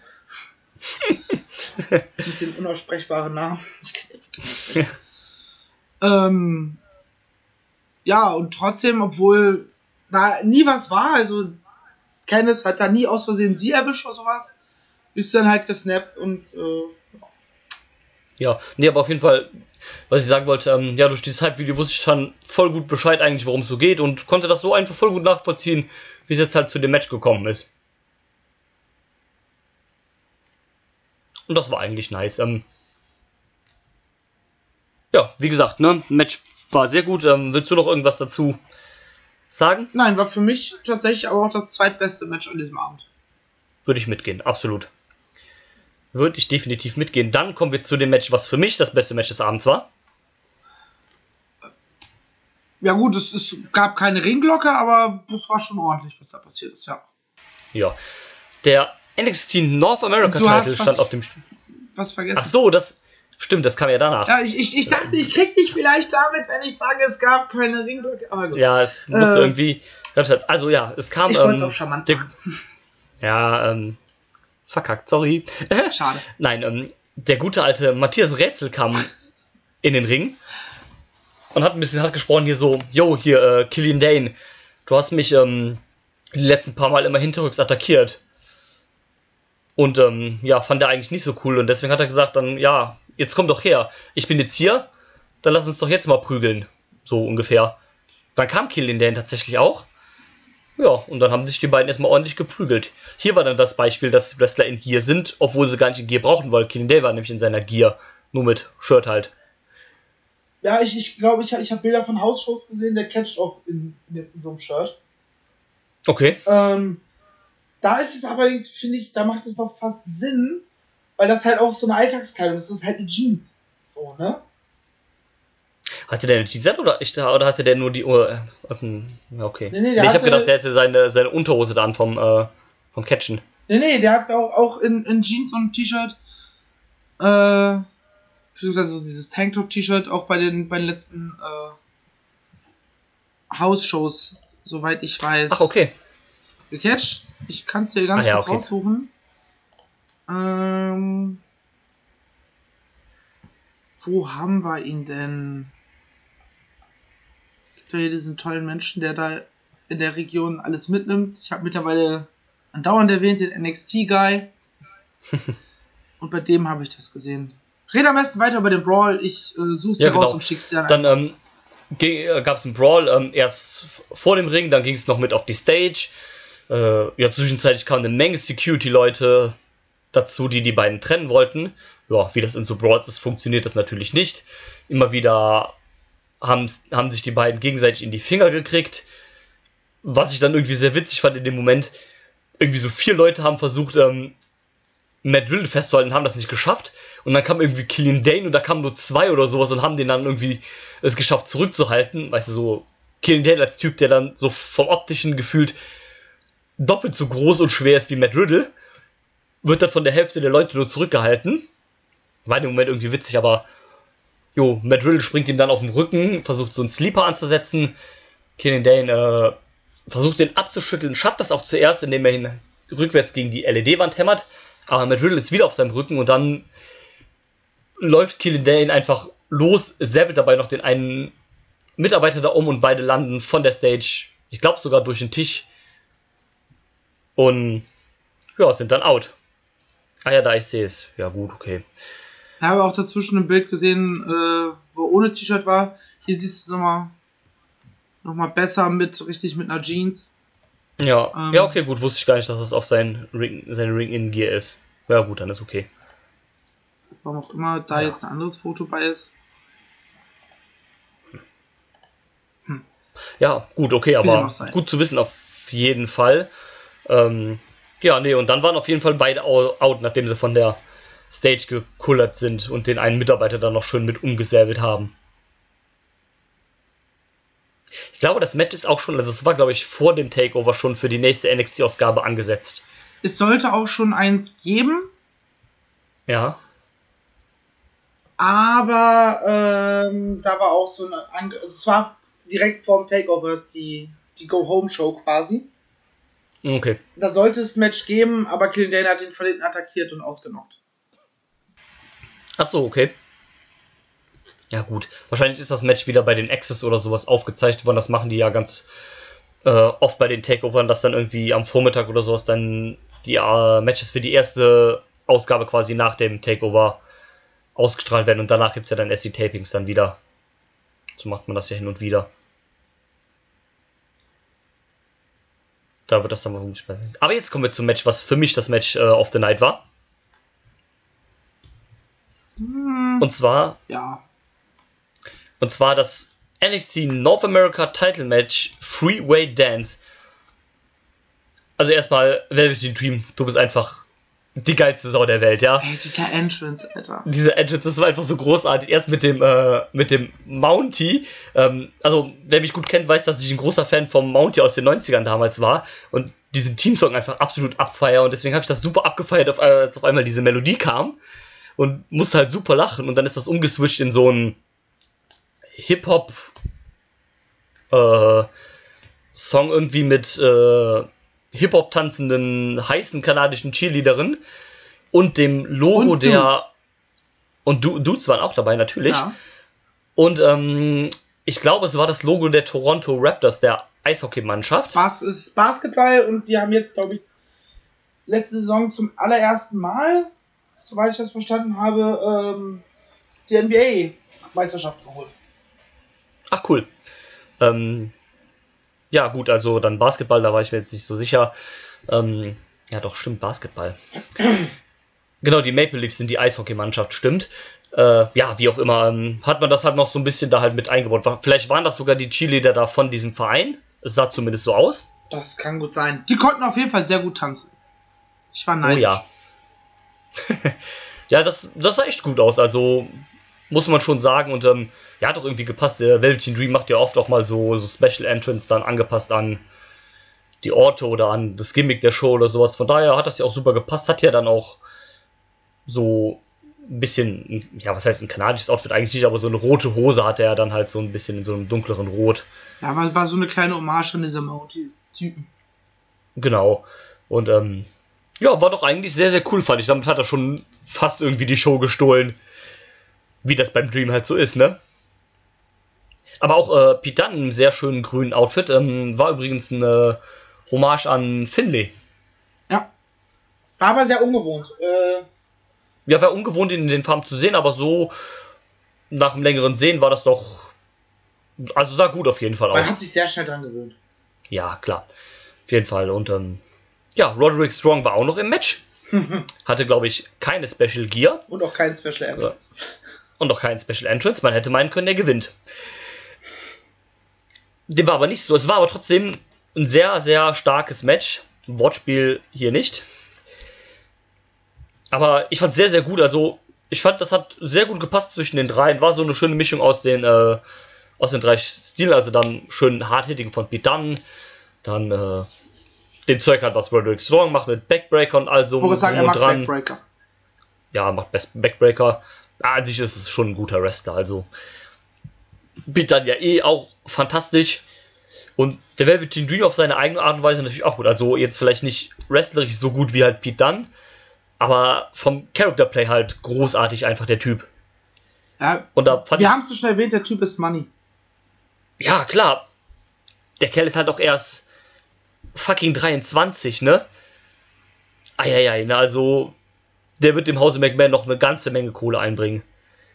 Mit den unaussprechbaren Namen. Ich kann nicht mehr ähm, ja, und trotzdem, obwohl da nie was war, also Candice hat da nie aus Versehen sie erwischt oder sowas, ist dann halt gesnappt und äh, Ja, nee, aber auf jeden Fall, was ich sagen wollte, ähm, ja, durch dieses Hype-Video wusste ich dann voll gut Bescheid eigentlich, worum es so geht und konnte das so einfach voll gut nachvollziehen, wie es jetzt halt zu dem Match gekommen ist. Und das war eigentlich nice. Ähm, ja, wie gesagt, ne, Match war sehr gut. Ähm, willst du noch irgendwas dazu sagen? nein, war für mich tatsächlich aber auch das zweitbeste Match an diesem Abend. Würde ich mitgehen, absolut. Würde ich definitiv mitgehen. Dann kommen wir zu dem Match, was für mich das beste Match des Abends war. Ja gut, es, es gab keine Ringglocke, aber das war schon ordentlich, was da passiert ist, ja. Ja. Der N X T North America Du hast Title was- stand auf dem... Was vergessen? Ach so, das... Stimmt, das kam ja danach. Ja, ich, ich, ich dachte, ich krieg dich vielleicht damit, wenn ich sage, es gab keine Ringglocke, aber gut. Ja, es musste Äh, irgendwie... Also ja, es kam... Ich wollte es ähm, auch charmant der- machen. Ja, ähm... Verkackt, sorry. Schade. Nein, ähm, der gute alte Matthias Rätsel kam in den Ring und hat ein bisschen hart gesprochen hier so, yo, hier, äh, Killian Dane, du hast mich ähm, die letzten paar Mal immer hinterrücks attackiert. Und ähm, ja, fand er eigentlich nicht so cool und deswegen hat er gesagt, dann, ja, jetzt komm doch her, ich bin jetzt hier, dann lass uns doch jetzt mal prügeln. So ungefähr. Dann kam Killian Dane tatsächlich auch. Ja, und dann haben sich die beiden erstmal ordentlich geprügelt. Hier war dann das Beispiel, dass Wrestler in Gear sind, obwohl sie gar nicht in Gear brauchen wollen. Killian Dane war nämlich in seiner Gear, nur mit Shirt halt. Ja, ich ich, glaube, ich, ich habe Bilder von Hausshows gesehen, der catcht auch in, in, in so einem Shirt. Okay. Ähm, da ist es allerdings, finde ich, da macht es doch fast Sinn, weil das halt auch so eine Alltagskleidung ist. Das ist halt eine Jeans. So, ne? Hatte der eine Jeans an oder, ich, oder hatte der nur die Uhr? Äh, ja, okay. Nee, nee, Nee, der ich habe hatte- gedacht, der hätte seine, seine Unterhose da an vom, äh, vom Catchen. Nee, nee, der hat auch, auch in, in Jeans und T-Shirt, äh, beziehungsweise so dieses Tanktop-T-Shirt auch bei den, bei den letzten, äh, House-Shows, soweit ich weiß. Ach, okay. Gecatcht. Ich kann es dir ganz Ah, ja, kurz okay. raussuchen. Ähm, wo haben wir ihn denn? Gibt ja hier diesen tollen Menschen, der da in der Region alles mitnimmt. Ich habe mittlerweile andauernd erwähnt, den N X T-Guy. Und bei dem habe ich das gesehen. Rede am besten weiter über den Brawl. Ich äh, suche Ja, dir raus genau. und schick's dir Dann ähm, gab es einen Brawl, ähm, erst f- vor dem Ring, dann ging es noch mit auf die Stage. Äh, ja, zwischenzeitlich kamen eine Menge Security-Leute dazu, die die beiden trennen wollten. Ja, wie das in so Brawls ist, funktioniert das natürlich nicht. Immer wieder haben, haben sich die beiden gegenseitig in die Finger gekriegt. Was ich dann irgendwie sehr witzig fand in dem Moment. Irgendwie so vier Leute haben versucht, ähm, Matt Riddle festzuhalten, haben das nicht geschafft. Und dann kam irgendwie Killian Dane und da kamen nur zwei oder sowas und haben den dann irgendwie es geschafft zurückzuhalten. Weißt du, so Killian Dane als Typ, der dann so vom optischen gefühlt doppelt so groß und schwer ist wie Matt Riddle, wird dann von der Hälfte der Leute nur zurückgehalten. war in dem Moment irgendwie witzig, aber jo, Matt Riddle springt ihm dann auf den Rücken, versucht so einen Sleeper anzusetzen. Killian Dane äh, versucht den abzuschütteln, schafft das auch zuerst, indem er ihn rückwärts gegen die L E D-Wand hämmert. Aber Matt Riddle ist wieder auf seinem Rücken und dann läuft Killian Dane einfach los, säbelt dabei noch den einen Mitarbeiter da um und beide landen von der Stage, ich glaube sogar durch den Tisch. Und ja, sind dann out. Ah ja, da ich sehe es. Ja gut, okay. Ich habe auch dazwischen ein Bild gesehen, äh, wo ohne T-Shirt war. Hier siehst du nochmal noch mal besser mit, richtig mit einer Jeans. Ja, ähm, ja, okay, gut, wusste ich gar nicht, dass das auch sein Ring, sein Ring-In-Gear ist. Ja gut, dann ist okay. Warum auch immer da ja. jetzt ein anderes Foto bei ist. Hm. Ja, gut, okay, aber gut zu wissen auf jeden Fall. Ähm, ja, nee, und dann waren auf jeden Fall beide out, nachdem sie von der Stage gekullert sind und den einen Mitarbeiter dann noch schön mit umgesäbelt haben. Ich glaube, das Match ist auch schon, also es war, glaube ich, vor dem Takeover schon für die nächste N X T-Ausgabe angesetzt. Es sollte auch schon eins geben. Ja. Aber ähm, da war auch so eine, Ange- also es war direkt vorm Takeover die, die Go-Home-Show quasi. Okay. Da sollte es ein Match geben, aber Killian Dane hat ihn von hinten attackiert und ausgenockt. Ach so, okay. Ja gut, wahrscheinlich ist das Match wieder bei den Access oder sowas aufgezeichnet worden. Das machen die ja ganz äh, oft bei den Takeovern, dass dann irgendwie am Vormittag oder sowas dann die äh, Matches für die erste Ausgabe quasi nach dem Takeover ausgestrahlt werden. Und danach gibt es ja dann erst die Tapings dann wieder. So macht man das ja hin und wieder. Da wird das dann mal umgespielt. Aber jetzt kommen wir zum Match, was für mich das Match äh, of the Night war. Hm, Und zwar... ja. Und zwar das N X T North America Title Match Freeway Dance. Also erstmal, Velveteen Dream, du bist einfach die geilste Sau der Welt, ja? Ey, dieser Entrance, Alter. Diese Entrance, das war einfach so großartig. Erst mit dem, äh, mit dem Mountie. Ähm, also, wer mich gut kennt, weiß, dass ich ein großer Fan vom Mountie aus den neunzigern damals war. Und diesen Teamsong einfach absolut abfeier. Und deswegen habe ich das super abgefeiert, auf, als auf einmal diese Melodie kam. Und musste halt super lachen. Und dann ist das umgeswitcht in so ein Hip-Hop äh, Song irgendwie mit äh, Hip-Hop tanzenden, heißen kanadischen Cheerleaderinnen und dem Logo und der Dudes. und du Dudes waren auch dabei, natürlich. Ja. Und ähm, ich glaube, es war das Logo der Toronto Raptors, der Eishockeymannschaft. Bas- es ist Basketball und die haben jetzt, glaube ich, letzte Saison zum allerersten Mal, soweit ich das verstanden habe, ähm, die N B A-Meisterschaft geholt. Ach cool. Ähm, ja gut, also dann Basketball, da war ich mir jetzt nicht so sicher. Ähm, ja doch, stimmt, Basketball. Genau, die Maple Leafs sind die Eishockeymannschaft, stimmt. Äh, ja, wie auch immer, ähm, hat man das halt noch so ein bisschen da halt mit eingebaut. Vielleicht waren das sogar die Cheerleader da von diesem Verein. Es sah zumindest so aus. Das kann gut sein. Die konnten auf jeden Fall sehr gut tanzen. Ich war neidisch. Oh ja. Ja, das, das sah echt gut aus, also muss man schon sagen. Und ähm, ja, hat doch irgendwie gepasst. Der Velveteen Dream macht ja oft auch mal so, so Special Entrance dann angepasst an die Orte oder an das Gimmick der Show oder sowas. Von daher hat das ja auch super gepasst. Hat ja dann auch so ein bisschen, ja, was heißt ein kanadisches Outfit eigentlich nicht, aber so eine rote Hose hatte er dann halt so ein bisschen in so einem dunkleren Rot. Ja, war, war so eine kleine Hommage an diese Mounties-Typen. Genau. Und ähm, ja, war doch eigentlich sehr, sehr cool, fand ich. Damit hat er schon fast irgendwie die Show gestohlen. Wie das beim Dream halt so ist, ne? Aber auch äh, Pete Dunne im sehr schönen grünen Outfit. Ähm, war übrigens eine Hommage an Finlay. Ja. War aber sehr ungewohnt. Äh, Ja, war ungewohnt, ihn in den Farben zu sehen, aber so nach einem längeren Sehen war das doch... Also sah gut auf jeden Fall aus. man hat sich sehr schnell dran gewöhnt. Ja, klar. Auf jeden Fall. Und ähm, ja, Roderick Strong war auch noch im Match. Hatte, glaube ich, keine Special Gear. Und auch kein Special Entrance. Und noch kein Special Entrance. Man hätte meinen können, der gewinnt. Dem war aber nicht so. Es war aber trotzdem ein sehr, sehr starkes Match. Wortspiel hier nicht. Aber ich fand es sehr, sehr gut. Also, ich fand, das hat sehr gut gepasst zwischen den dreien. War so eine schöne Mischung aus den, äh, aus den drei Stilen. Also dann schön hardhitting von Pete Dunne. Dann äh, dem Zeug halt, was Roderick Strong macht mit Backbreaker und all so. Ich wollte sagen, er und macht dran. Backbreaker. ja, macht Best Backbreaker. An sich ist es schon ein guter Wrestler, also Pete Dunne ja eh auch fantastisch. Und der Velveteen Dream auf seine eigene Art und Weise natürlich auch gut. Also jetzt vielleicht nicht wrestlerisch so gut wie halt Pete Dunne, aber vom Character Play halt großartig einfach der Typ. Ja, und da fand wir ich, haben es so schnell erwähnt, der Typ ist Money. Ja, klar. Der Kerl ist halt auch erst fucking dreiundzwanzig, ne? Eieiei, ne, also der wird dem Hause McMahon noch eine ganze Menge Kohle einbringen.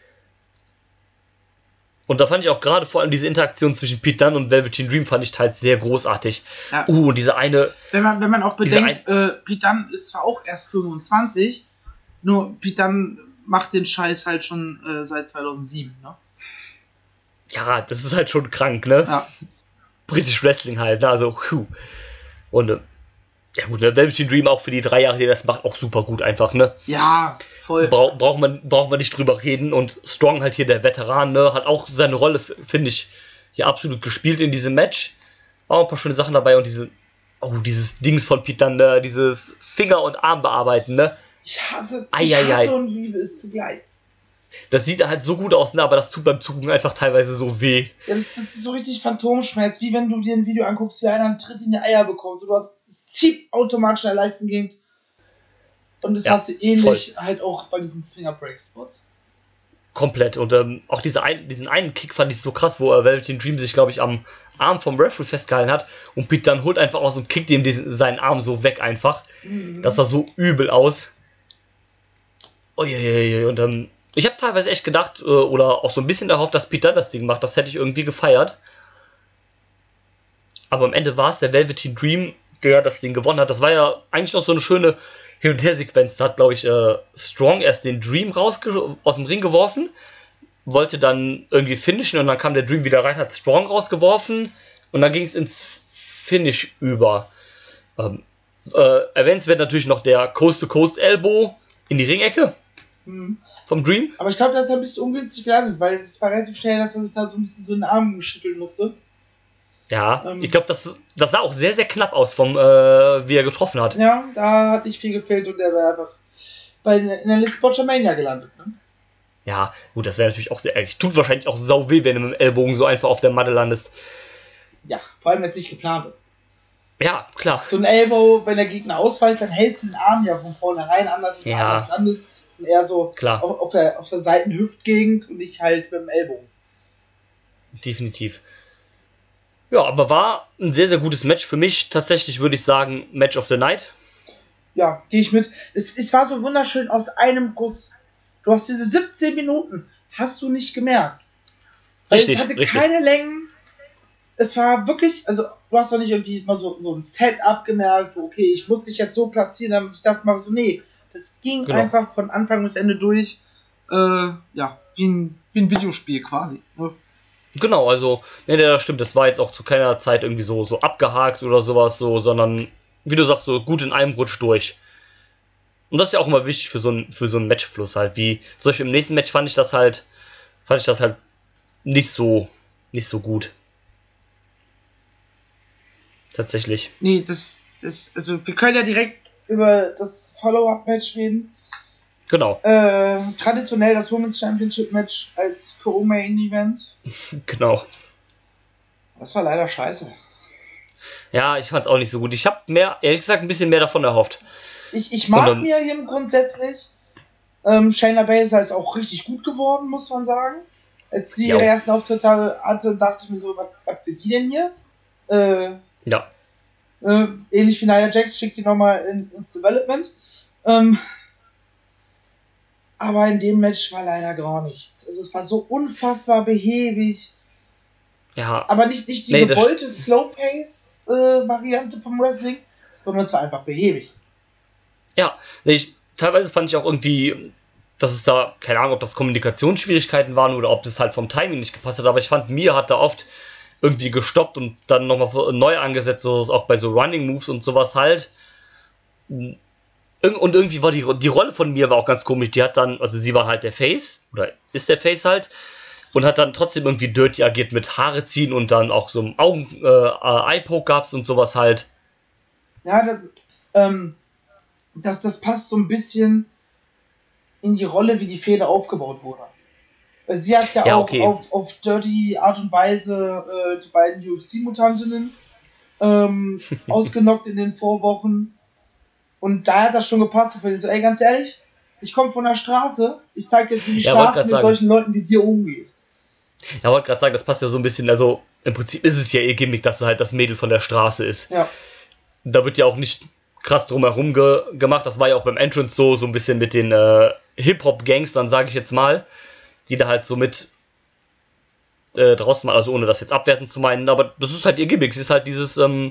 Und da fand ich auch gerade vor allem diese Interaktion zwischen Pete Dunne und Velveteen Dream fand ich teils sehr großartig. Ja. Uh, und diese eine... Wenn man, wenn man auch bedenkt, ein, äh, Pete Dunne ist zwar auch erst fünfundzwanzig, nur Pete Dunne macht den Scheiß halt schon äh, seit zweitausendsieben, ne? Ja, das ist halt schon krank, ne? Ja. British Wrestling halt, ne? Also, puh. Und, äh, ja gut, ne? Velveteen Dream auch für die drei Jahre, die er das macht, auch super gut einfach, ne? Ja, voll. Bra- braucht man, braucht man nicht drüber reden. Und Strong halt hier, der Veteran, ne? Hat auch seine Rolle, finde ich, hier absolut gespielt in diesem Match. Auch ein paar schöne Sachen dabei und diese, oh, dieses Dings von Pete Dunne, ne? Dieses Finger- und Arm bearbeiten, ne? Ich hasse, Ei, ich ei, hasse ei. und liebe es zugleich. Das sieht halt so gut aus, ne? Aber das tut beim Zugucken einfach teilweise so weh. Ja, das, das ist so richtig Phantomschmerz, wie wenn du dir ein Video anguckst, wie einer einen Tritt in die Eier bekommt. So, du hast zieht automatisch in der Leistengegend. Und das Ja, hast du ähnlich voll. Halt auch bei diesen Fingerbreak-Spots. Komplett. Und ähm, auch diese ein, diesen einen Kick fand ich so krass, wo äh, Velveteen Dream sich, glaube ich, am Arm vom Referee festgehalten hat. Und Pete dann holt einfach aus und kickt ihm diesen, seinen Arm so weg einfach. Mhm. Das sah so übel aus. Uiuiui. Und ähm, ich habe teilweise echt gedacht, äh, oder auch so ein bisschen erhofft, dass Pete das Ding macht. Das hätte ich irgendwie gefeiert. Aber am Ende war es der Velveteen Dream, der das Ding gewonnen hat. Das war ja eigentlich noch so eine schöne Hin- und Her-Sequenz. Da hat, glaube ich, äh, Strong erst den Dream rausge- aus dem Ring geworfen, wollte dann irgendwie finishen und dann kam der Dream wieder rein, hat Strong rausgeworfen und dann ging es ins Finish über. Ähm, äh, erwähnenswert natürlich noch der Coast-to-Coast-Elbow in die Ringecke mhm. vom Dream. Aber ich glaube, das ist ein bisschen ungünstig gelandet, weil es war relativ schnell, dass er sich da so ein bisschen so in den Arm schütteln musste. Ja, ähm, ich glaube, das, das sah auch sehr, sehr knapp aus, vom, äh, wie er getroffen hat. Ja, da hat nicht viel gefehlt und er wäre einfach bei, in der Liste Botchamania gelandet. Ne? Ja, gut, das wäre natürlich auch sehr ärgerlich. Tut wahrscheinlich auch sau weh, wenn du mit dem Ellbogen so einfach auf der Matte landest. Ja, vor allem, wenn es nicht geplant ist. Ja, klar. So ein Elbow, wenn der Gegner ausweicht, dann hältst du den Arm ja von vornherein anders, als du ja. anders landest. Und eher so klar. Auf, auf der, auf der Seitenhüftgegend und nicht halt mit dem Ellbogen. Definitiv. Ja, aber war ein sehr, sehr gutes Match. Für mich tatsächlich würde ich sagen, Match of the Night. Ja, gehe ich mit. Es, es war so wunderschön aus einem Guss. Du hast diese siebzehn Minuten, hast du nicht gemerkt. Weil Richtig, es hatte richtig. keine Längen. Es war wirklich, also du hast doch nicht irgendwie mal so, so ein Setup gemerkt, wo, okay, ich muss dich jetzt so platzieren, damit ich das mache. So, nee, das ging genau. einfach von Anfang bis Ende durch. Äh, ja, wie ein, wie ein Videospiel quasi. Ne? Genau, also, ne, das stimmt, das war jetzt auch zu keiner Zeit irgendwie so, so abgehakt oder sowas, so, sondern, wie du sagst, so gut in einem Rutsch durch. Und das ist ja auch immer wichtig für so ein, für so einen Matchfluss halt, wie, zum Beispiel im nächsten Match fand ich das halt, fand ich das halt nicht so, nicht so gut. Tatsächlich. Nee, das ist, also wir können ja direkt über das Follow-up-Match reden. Genau. Äh, traditionell das Women's Championship Match als Co-Main-Event. Genau. Das war leider scheiße. Ja, ich fand's auch nicht so gut. Ich habe mehr, ehrlich gesagt, ein bisschen mehr davon erhofft. Ich, ich mag Und, ähm, mir hier grundsätzlich. Ähm, Shayna Baszler ist auch richtig gut geworden, muss man sagen. Als sie ihre Jo. ersten Auftritte hatte, dachte ich mir so, was, was will die denn hier? Äh, Ja. äh, ähnlich wie Nia Jax, schickt die nochmal in, ins Development. Ähm, aber in dem Match war leider gar nichts. Also es war so unfassbar behäbig. Ja. Aber nicht, nicht die Nee, das- gewollte Slow-Pace-Variante vom Wrestling, sondern es war einfach behäbig. Ja, nee, ich, teilweise fand ich auch irgendwie, dass es da, keine Ahnung, ob das Kommunikationsschwierigkeiten waren oder ob das halt vom Timing nicht gepasst hat, aber ich fand, Mia hat da oft irgendwie gestoppt und dann nochmal neu angesetzt, so auch bei so Running Moves und sowas halt. Und irgendwie war die, die Rolle von Mia war auch ganz komisch. Die hat dann, also sie war halt der Face, oder ist der Face halt, und hat dann trotzdem irgendwie dirty agiert mit Haare ziehen und dann auch so ein Augen, äh, Eye-Poke gab's und sowas halt. Ja, das, ähm, das, das passt so ein bisschen in die Rolle, wie die Fehde aufgebaut wurde. Sie hat ja, Ja, auch okay. auf, auf dirty Art und Weise äh, die beiden U F C-Mutantinnen ähm, ausgenockt in den Vorwochen. Und da hat das schon gepasst. Ich so, ey, ganz ehrlich, ich komme von der Straße, ich zeig dir jetzt, wie die Ja, wollte Straße grad mit sagen. solchen Leuten wie dir umgeht. Ja, wollte gerade sagen, das passt ja so ein bisschen, also im Prinzip ist es ja ihr Gimmick, dass sie halt das Mädel von der Straße ist. Ja. Da wird ja auch nicht krass drumherum ge gemacht, das war ja auch beim Entrance so, so ein bisschen mit den äh, Hip-Hop-Gangstern, sage ich jetzt mal, die da halt so mit äh, draußen mal, also ohne das jetzt abwertend zu meinen, aber das ist halt ihr Gimmick, sie ist halt dieses, ähm,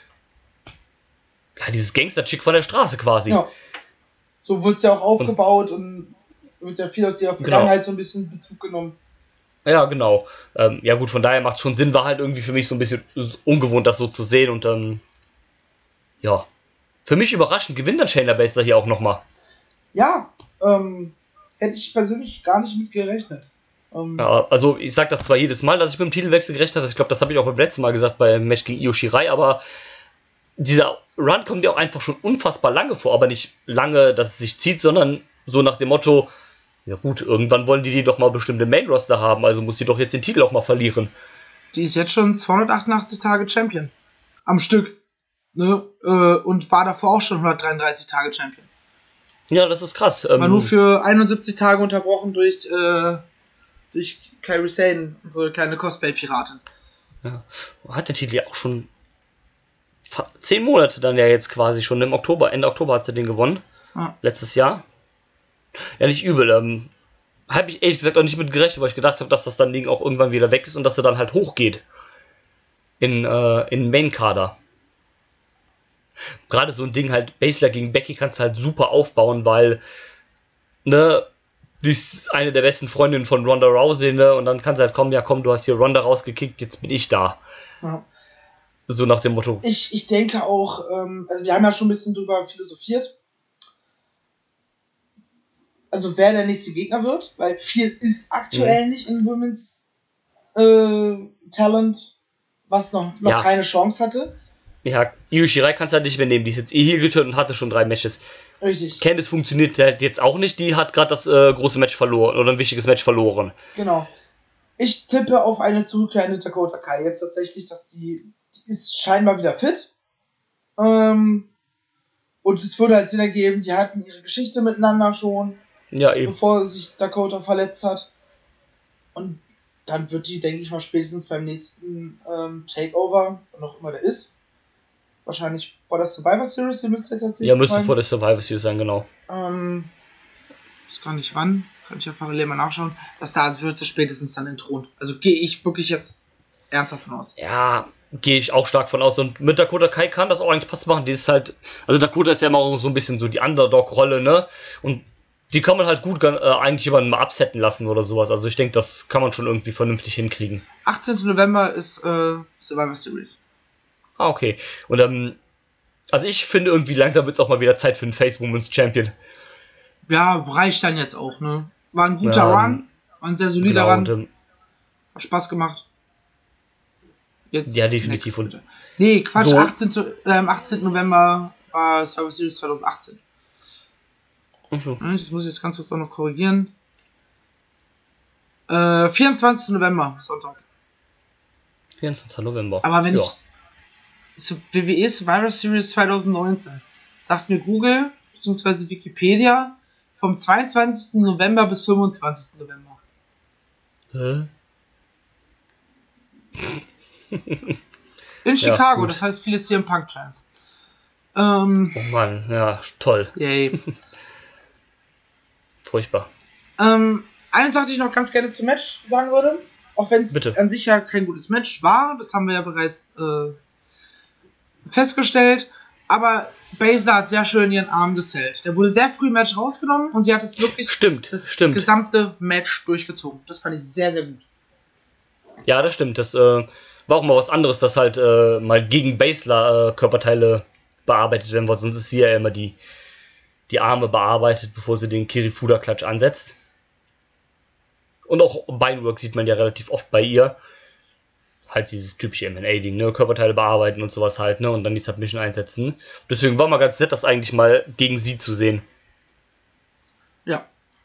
ja, dieses Gangster-Chick von der Straße quasi. Ja. So wird es ja auch aufgebaut und, und wird ja viel aus ihrer Vergangenheit Genau. so ein bisschen Bezug genommen. Ja, genau. Ähm, ja gut, von daher macht schon Sinn, war halt irgendwie für mich so ein bisschen ungewohnt, das so zu sehen und ähm, ja. Für mich überraschend gewinnt dann Shayna Baszler hier auch nochmal. Ja, ähm, hätte ich persönlich gar nicht mit gerechnet. Ähm, Ja, also ich sag das zwar jedes Mal, dass ich mit dem Titelwechsel gerechnet habe, ich glaube, das habe ich auch beim letzten Mal gesagt beim Match gegen Io Shirai, aber dieser Run kommt ja auch einfach schon unfassbar lange vor, aber nicht lange, dass es sich zieht, sondern so nach dem Motto, ja gut, irgendwann wollen die die doch mal bestimmt im Main-Roster haben, also muss sie doch jetzt den Titel auch mal verlieren. Die ist jetzt schon zweihundertachtundachtzig Tage Champion. Am Stück. Ne? Äh, und war davor auch schon hundertdreiunddreißig Tage Champion. Ja, das ist krass. War Ähm, nur für einundsiebzig Tage unterbrochen durch, äh, durch Kairi Sane, unsere kleine Cosplay-Piratin. ja, hat der Titel ja auch schon fa- zehn Monate dann ja jetzt quasi schon im Oktober, Ende Oktober hat sie den gewonnen. Ja. Letztes Jahr. Ja, nicht übel. Ähm, habe ich ehrlich gesagt auch nicht mit gerechnet, weil ich gedacht habe, dass das dann Ding auch irgendwann wieder weg ist und dass er dann halt hochgeht. In, äh, in Main-Kader. Gerade so ein Ding halt, Baszler gegen Becky kannst du halt super aufbauen, weil, ne, die ist eine der besten Freundinnen von Ronda Rousey, ne, und dann kannst du halt kommen, ja komm, du hast hier Ronda rausgekickt, jetzt bin ich da. Ja. So nach dem Motto. Ich, ich denke auch, ähm, also wir haben ja schon ein bisschen drüber philosophiert. Also wer der nächste Gegner wird, weil viel ist aktuell Mhm. nicht in Women's äh, Talent, was noch, noch Ja. keine Chance hatte. Ja, Io Shirai kannst du halt nicht mehr nehmen, die ist jetzt eh hier getötet und hatte schon drei Matches. Richtig, Candice funktioniert halt jetzt auch nicht, die hat gerade das äh, große Match verloren oder ein wichtiges Match verloren. genau. Ich tippe auf eine zurückkehrende Dakota Kai jetzt tatsächlich, dass die, die ist scheinbar wieder fit. Ähm, und es würde halt Sinn ergeben, die hatten ihre Geschichte miteinander schon, Ja, eben. bevor sich Dakota verletzt hat. Und dann wird die, denke ich mal, spätestens beim nächsten ähm, Takeover, wann auch immer der ist, wahrscheinlich vor der Survivor Series, die müsste jetzt als Ja, nächstes müsste sein. vor der Survivor Series sein, genau. Ähm, weiß gar nicht wann, kann ich ja parallel mal nachschauen, dass da wird sie spätestens dann entthront. Also gehe ich wirklich jetzt ernsthaft von aus. Ja, gehe ich auch stark von aus. Und mit Dakota Kai kann das auch eigentlich Pass machen. Die ist halt, also Dakota ist ja immer auch so ein bisschen so die Underdog-Rolle, ne? Und die kann man halt gut äh, eigentlich jemanden mal upsetten lassen oder sowas. Also ich denke, das kann man schon irgendwie vernünftig hinkriegen. achtzehnten November ist äh, Survivor Series. Ah, okay. Und ähm, also ich finde irgendwie langsam wird es auch mal wieder Zeit für einen Face Women's Champion. Ja, reicht dann jetzt auch, ne? War ein guter Ähm, Run, war ein sehr solider Genau, Run, und, ähm, hat Spaß gemacht. Jetzt Ja, definitiv. next, Und bitte. Nee, Quatsch, so- achtzehnten Äh, am achtzehnten November war Survivor Series zweitausendachtzehn. also, Ja, das muss ich jetzt ganz kurz auch noch korrigieren. Äh, vierundzwanzigsten November, Sonntag. vierundzwanzigsten November. Aber wenn ja. ich so W W E Survivor Series zweitausendneunzehn sagt mir Google bzw. Wikipedia vom zweiundzwanzigsten November bis fünfundzwanzigsten November. Hä? In Chicago, gut. das heißt viele C M Punk-Chants. Ähm, Oh Mann, ja, toll. yay. Furchtbar. ähm, eine Sache, die ich noch ganz gerne zum Match sagen würde, auch wenn es Bitte. an sich ja kein gutes Match war, das haben wir ja bereits äh, festgestellt, aber Baszler hat sehr schön ihren Arm gesellt. Der wurde sehr früh im Match rausgenommen und sie hat es wirklich Stimmt, das stimmt. gesamte Match durchgezogen. Das fand ich sehr, sehr gut. Ja, das stimmt. Das äh, war auch mal was anderes, dass halt äh, mal gegen Baszler äh, Körperteile bearbeitet werden, weil sonst ist sie ja immer die, die Arme bearbeitet, bevor sie den Kirifuda-Klatsch ansetzt. Und auch Beinwork sieht man ja relativ oft bei ihr. Halt dieses typische M M A-Ding, ne? Körperteile bearbeiten und sowas halt, ne? Und dann die Submission einsetzen. Deswegen war mal ganz nett, das eigentlich mal gegen sie zu sehen. Ja.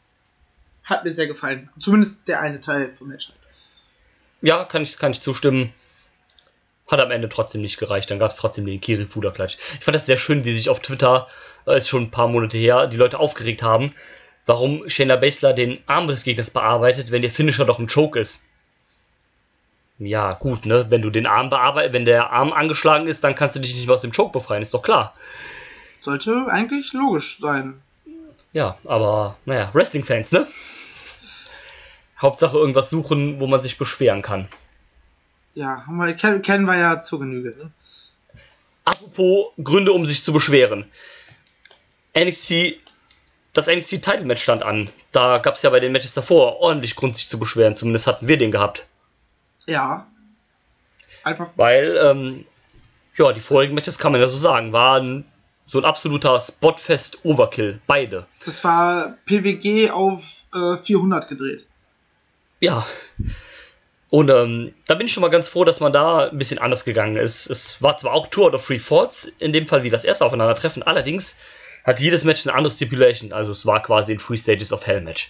hat mir sehr gefallen. Zumindest der eine Teil vom Match. Ja, kann ich, kann ich zustimmen. Hat am Ende trotzdem nicht gereicht. Dann gab es trotzdem den Kirifuda-Klatsch. Ich fand das sehr schön, wie sich auf Twitter, äh, ist schon ein paar Monate her, die Leute aufgeregt haben, warum Shayna Baszler den Arm des Gegners bearbeitet, wenn der Finisher doch ein Choke ist. Ja, gut, ne? Wenn du den Arm bearbeitest, wenn der Arm angeschlagen ist, dann kannst du dich nicht mehr aus dem Choke befreien, ist doch klar. Sollte eigentlich logisch sein. Ja, aber, naja, Wrestling-Fans, ne? Hauptsache irgendwas suchen, wo man sich beschweren kann. Ja, haben wir, kennen, kennen wir ja zur Genüge, ne? Apropos Gründe, um sich zu beschweren. N X T, das N X T-Title-Match stand an. Da gab es ja bei den Matches davor ordentlich Grund, sich zu beschweren. Zumindest hatten wir den gehabt. Ja. Einfach. Weil, ähm, ja, die vorigen Matches, kann man ja so sagen, waren so ein absoluter Spotfest-Overkill. Beide. Das war P W G auf äh, vierhundert gedreht. Ja. Und ähm, da bin ich schon mal ganz froh, dass man da ein bisschen anders gegangen ist. Es war zwar auch Two out of Three Falls, in dem Fall wie das erste Aufeinandertreffen, allerdings hat jedes Match eine andere Stipulation. Also es war quasi ein Three Stages of Hell Match.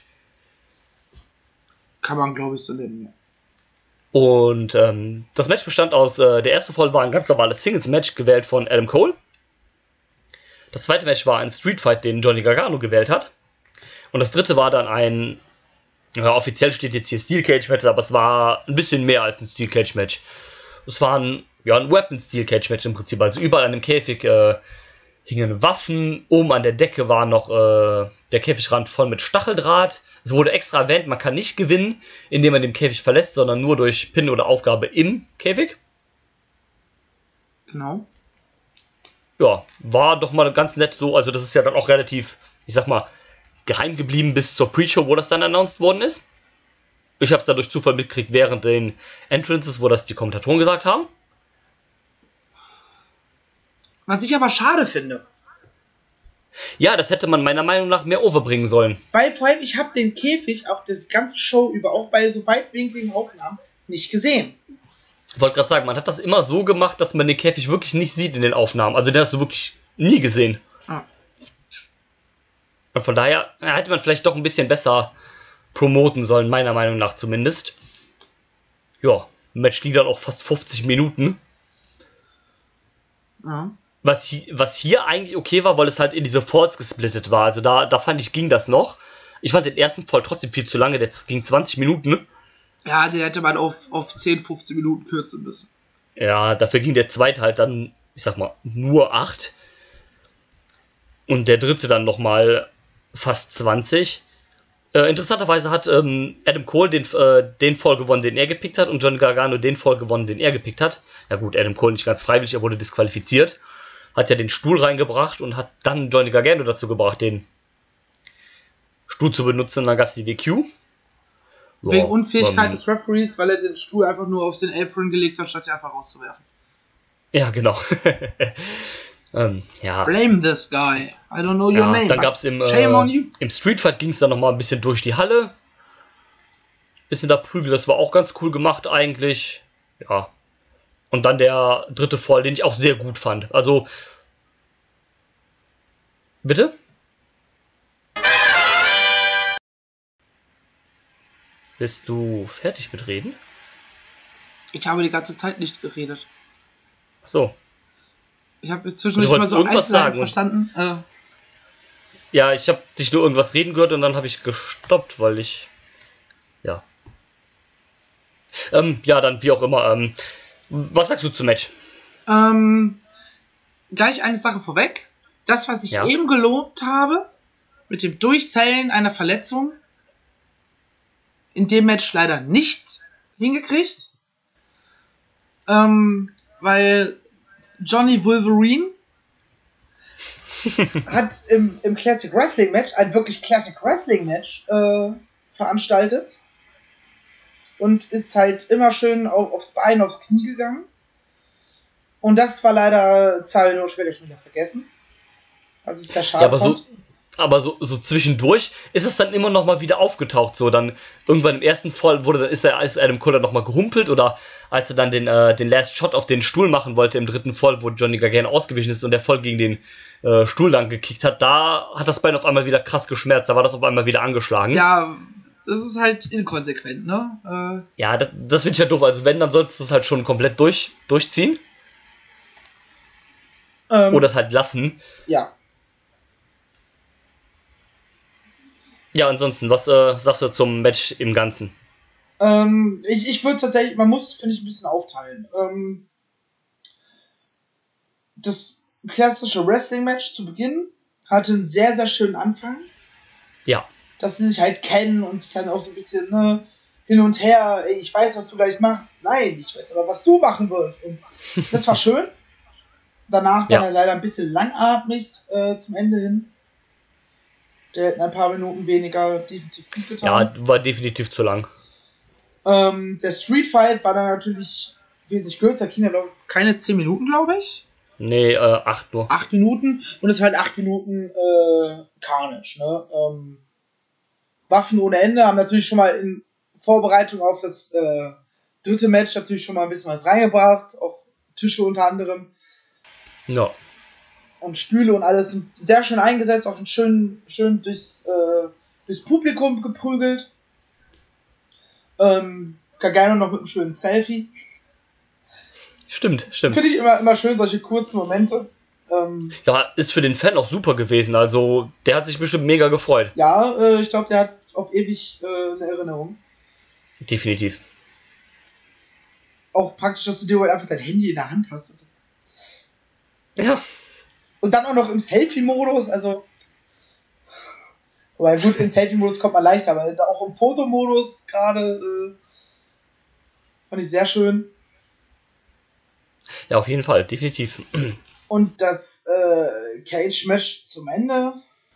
Kann man, glaube ich, so nennen, ja. Und ähm, das Match bestand aus, äh, der erste Fall war ein ganz normales Singles-Match, gewählt von Adam Cole. Das zweite Match war ein Streetfight, den Johnny Gargano gewählt hat. Und das dritte war dann ein, ja, offiziell steht jetzt hier Steel Cage Match, aber es war ein bisschen mehr als ein Steel Cage Match. Es war ein, ja, ein Weapon Steel Cage Match im Prinzip, also überall an dem Käfig äh, hingen Waffen, oben an der Decke war noch äh, der Käfigrand voll mit Stacheldraht. Es wurde extra erwähnt, man kann nicht gewinnen, indem man den Käfig verlässt, sondern nur durch Pin oder Aufgabe im Käfig. Genau. Ja, war doch mal ganz nett so, also das ist ja dann auch relativ, ich sag mal, geheim geblieben bis zur Pre-Show, wo das dann announced worden ist. Ich habe es da durch Zufall mitgekriegt während den Entrances, wo das die Kommentatoren gesagt haben. Was ich aber schade finde. Ja, das hätte man meiner Meinung nach mehr overbringen sollen. Weil vor allem, ich habe den Käfig auch die ganze Show über, auch bei so weitwinkligen Aufnahmen, nicht gesehen. Ich wollte gerade sagen, man hat das immer so gemacht, dass man den Käfig wirklich nicht sieht in den Aufnahmen. Also den hast du wirklich nie gesehen. Ah. Und von daher hätte man vielleicht doch ein bisschen besser promoten sollen, meiner Meinung nach zumindest. Ja, Match ging dann auch fast fünfzig Minuten. Ja. Was, hi- was hier eigentlich okay war, weil es halt in diese Falls gesplittet war. Also da, da fand ich, ging das noch. Ich fand den ersten Fall trotzdem viel zu lange, der ging zwanzig Minuten. Ja, den hätte man auf, auf zehn, fünfzehn Minuten kürzen müssen. Ja, dafür ging der zweite halt dann, ich sag mal, nur acht. Und der dritte dann nochmal fast zwanzig. Äh, interessanterweise hat ähm, Adam Cole den, äh, den Fall gewonnen, den er gepickt hat, und Johnny Gargano den Fall gewonnen, den er gepickt hat. Ja gut, Adam Cole nicht ganz freiwillig, er wurde disqualifiziert. Hat ja den Stuhl reingebracht und hat dann Johnny Gargano dazu gebracht, den Stuhl zu benutzen. Und dann gab es die D Q. Ja, Wegen Unfähigkeit ähm, des Referees, weil er den Stuhl einfach nur auf den Apron gelegt hat, statt ihn einfach rauszuwerfen. Ja, genau. ähm, ja. Blame this guy. I don't know your Ja, name. dann gab es im, Shame on you. äh, im Streetfight ging es dann nochmal ein bisschen durch die Halle. Bisschen da Prügel, das war auch ganz cool gemacht eigentlich. Ja. Und dann der dritte Fall, den ich auch sehr gut fand. Also. Bitte? Bist du fertig mit Reden? Ich habe die ganze Zeit nicht geredet. Ach so. Ich habe jetzt zwischendurch Du mal wolltest so irgendwas Einzelheiten sagen. verstanden. Äh, Ja, ich habe dich nur irgendwas reden gehört und dann habe ich gestoppt, weil ich. Ja. Ähm, ja, dann wie auch immer. Ähm, was sagst du zum Match? ähm, gleich eine Sache vorweg. Das, was ich Ja. eben gelobt habe, mit dem Durchsellen einer Verletzung, in dem Match leider nicht hingekriegt. Ähm, weil Johnny Wolverine hat im, im Classic Wrestling Match ein wirklich Classic Wrestling Match äh, veranstaltet und ist halt immer schön auf, aufs Bein, aufs Knie gegangen. Und das war leider zwei Minuten später schon wieder vergessen. Also ist ja schade. Ja, aber so, fand. aber so, so zwischendurch ist es dann immer noch mal wieder aufgetaucht. So, dann irgendwann im ersten Fall wurde dann ist er ist Adam Cole dann noch mal gehumpelt, oder als er dann den, äh, den Last Shot auf den Stuhl machen wollte im dritten Fall, wo Johnny Gargano ausgewichen ist und der voll gegen den äh, Stuhl lang gekickt hat, da hat das Bein auf einmal wieder krass geschmerzt, da war das auf einmal wieder angeschlagen. Ja, das ist halt inkonsequent, ne? Äh, Ja, das, das finde ich ja doof. Also wenn, dann solltest du es halt schon komplett durch, durchziehen. ähm, Oder es halt lassen. Ja. Ja, ansonsten, was äh, sagst du zum Match im Ganzen? Ähm, ich ich würde tatsächlich, man muss, finde ich, ein bisschen aufteilen. Ähm, das klassische Wrestling-Match zu Beginn hatte einen sehr, sehr schönen Anfang. Ja. Dass sie sich halt kennen und sich dann auch so ein bisschen ne, hin und her, ey, ich weiß, was du gleich machst. Nein, ich weiß aber, was du machen wirst. Und das war schön. Danach Ja. war er leider ein bisschen langatmig äh, zum Ende hin. Der hätte ein paar Minuten weniger definitiv gut getan. Ja, war definitiv zu lang. Ähm, der Street Fight war dann natürlich wesentlich kürzer. China, glaub, keine zehn Minuten, glaube ich. Nee, äh, acht nur. acht Minuten. Und es war halt acht Minuten äh, Carnage. Ne? Ähm, Waffen ohne Ende haben natürlich schon mal in Vorbereitung auf das äh, dritte Match natürlich schon mal ein bisschen was reingebracht. Auch Tische unter anderem. Ja. Und Stühle und alles sind sehr schön eingesetzt. Auch schön, schön durchs, äh, durchs Publikum geprügelt. Ähm, Gargano noch mit einem schönen Selfie. Stimmt, stimmt. Finde ich immer, immer schön, solche kurzen Momente. Ähm, Ja, ist für den Fan auch super gewesen. Also, der hat sich bestimmt mega gefreut. ja, äh, ich glaube, der hat auf ewig äh, eine Erinnerung. Definitiv. Auch praktisch, dass du dir halt einfach dein Handy in der Hand hast. Ja. Und dann auch noch im Selfie-Modus, also. Weil gut, im Selfie-Modus kommt man leichter, aber auch im Fotomodus gerade äh, fand ich sehr schön. Ja, auf jeden Fall, definitiv. Und das äh, Cage-Match zum Ende.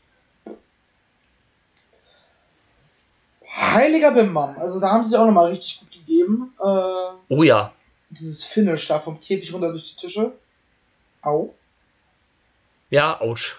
Heiliger Bimbam. Also da haben sie auch nochmal richtig gut gegeben. Äh, Oh ja. Dieses Finish da vom Käfig runter durch die Tische. Au. Ja, ouch.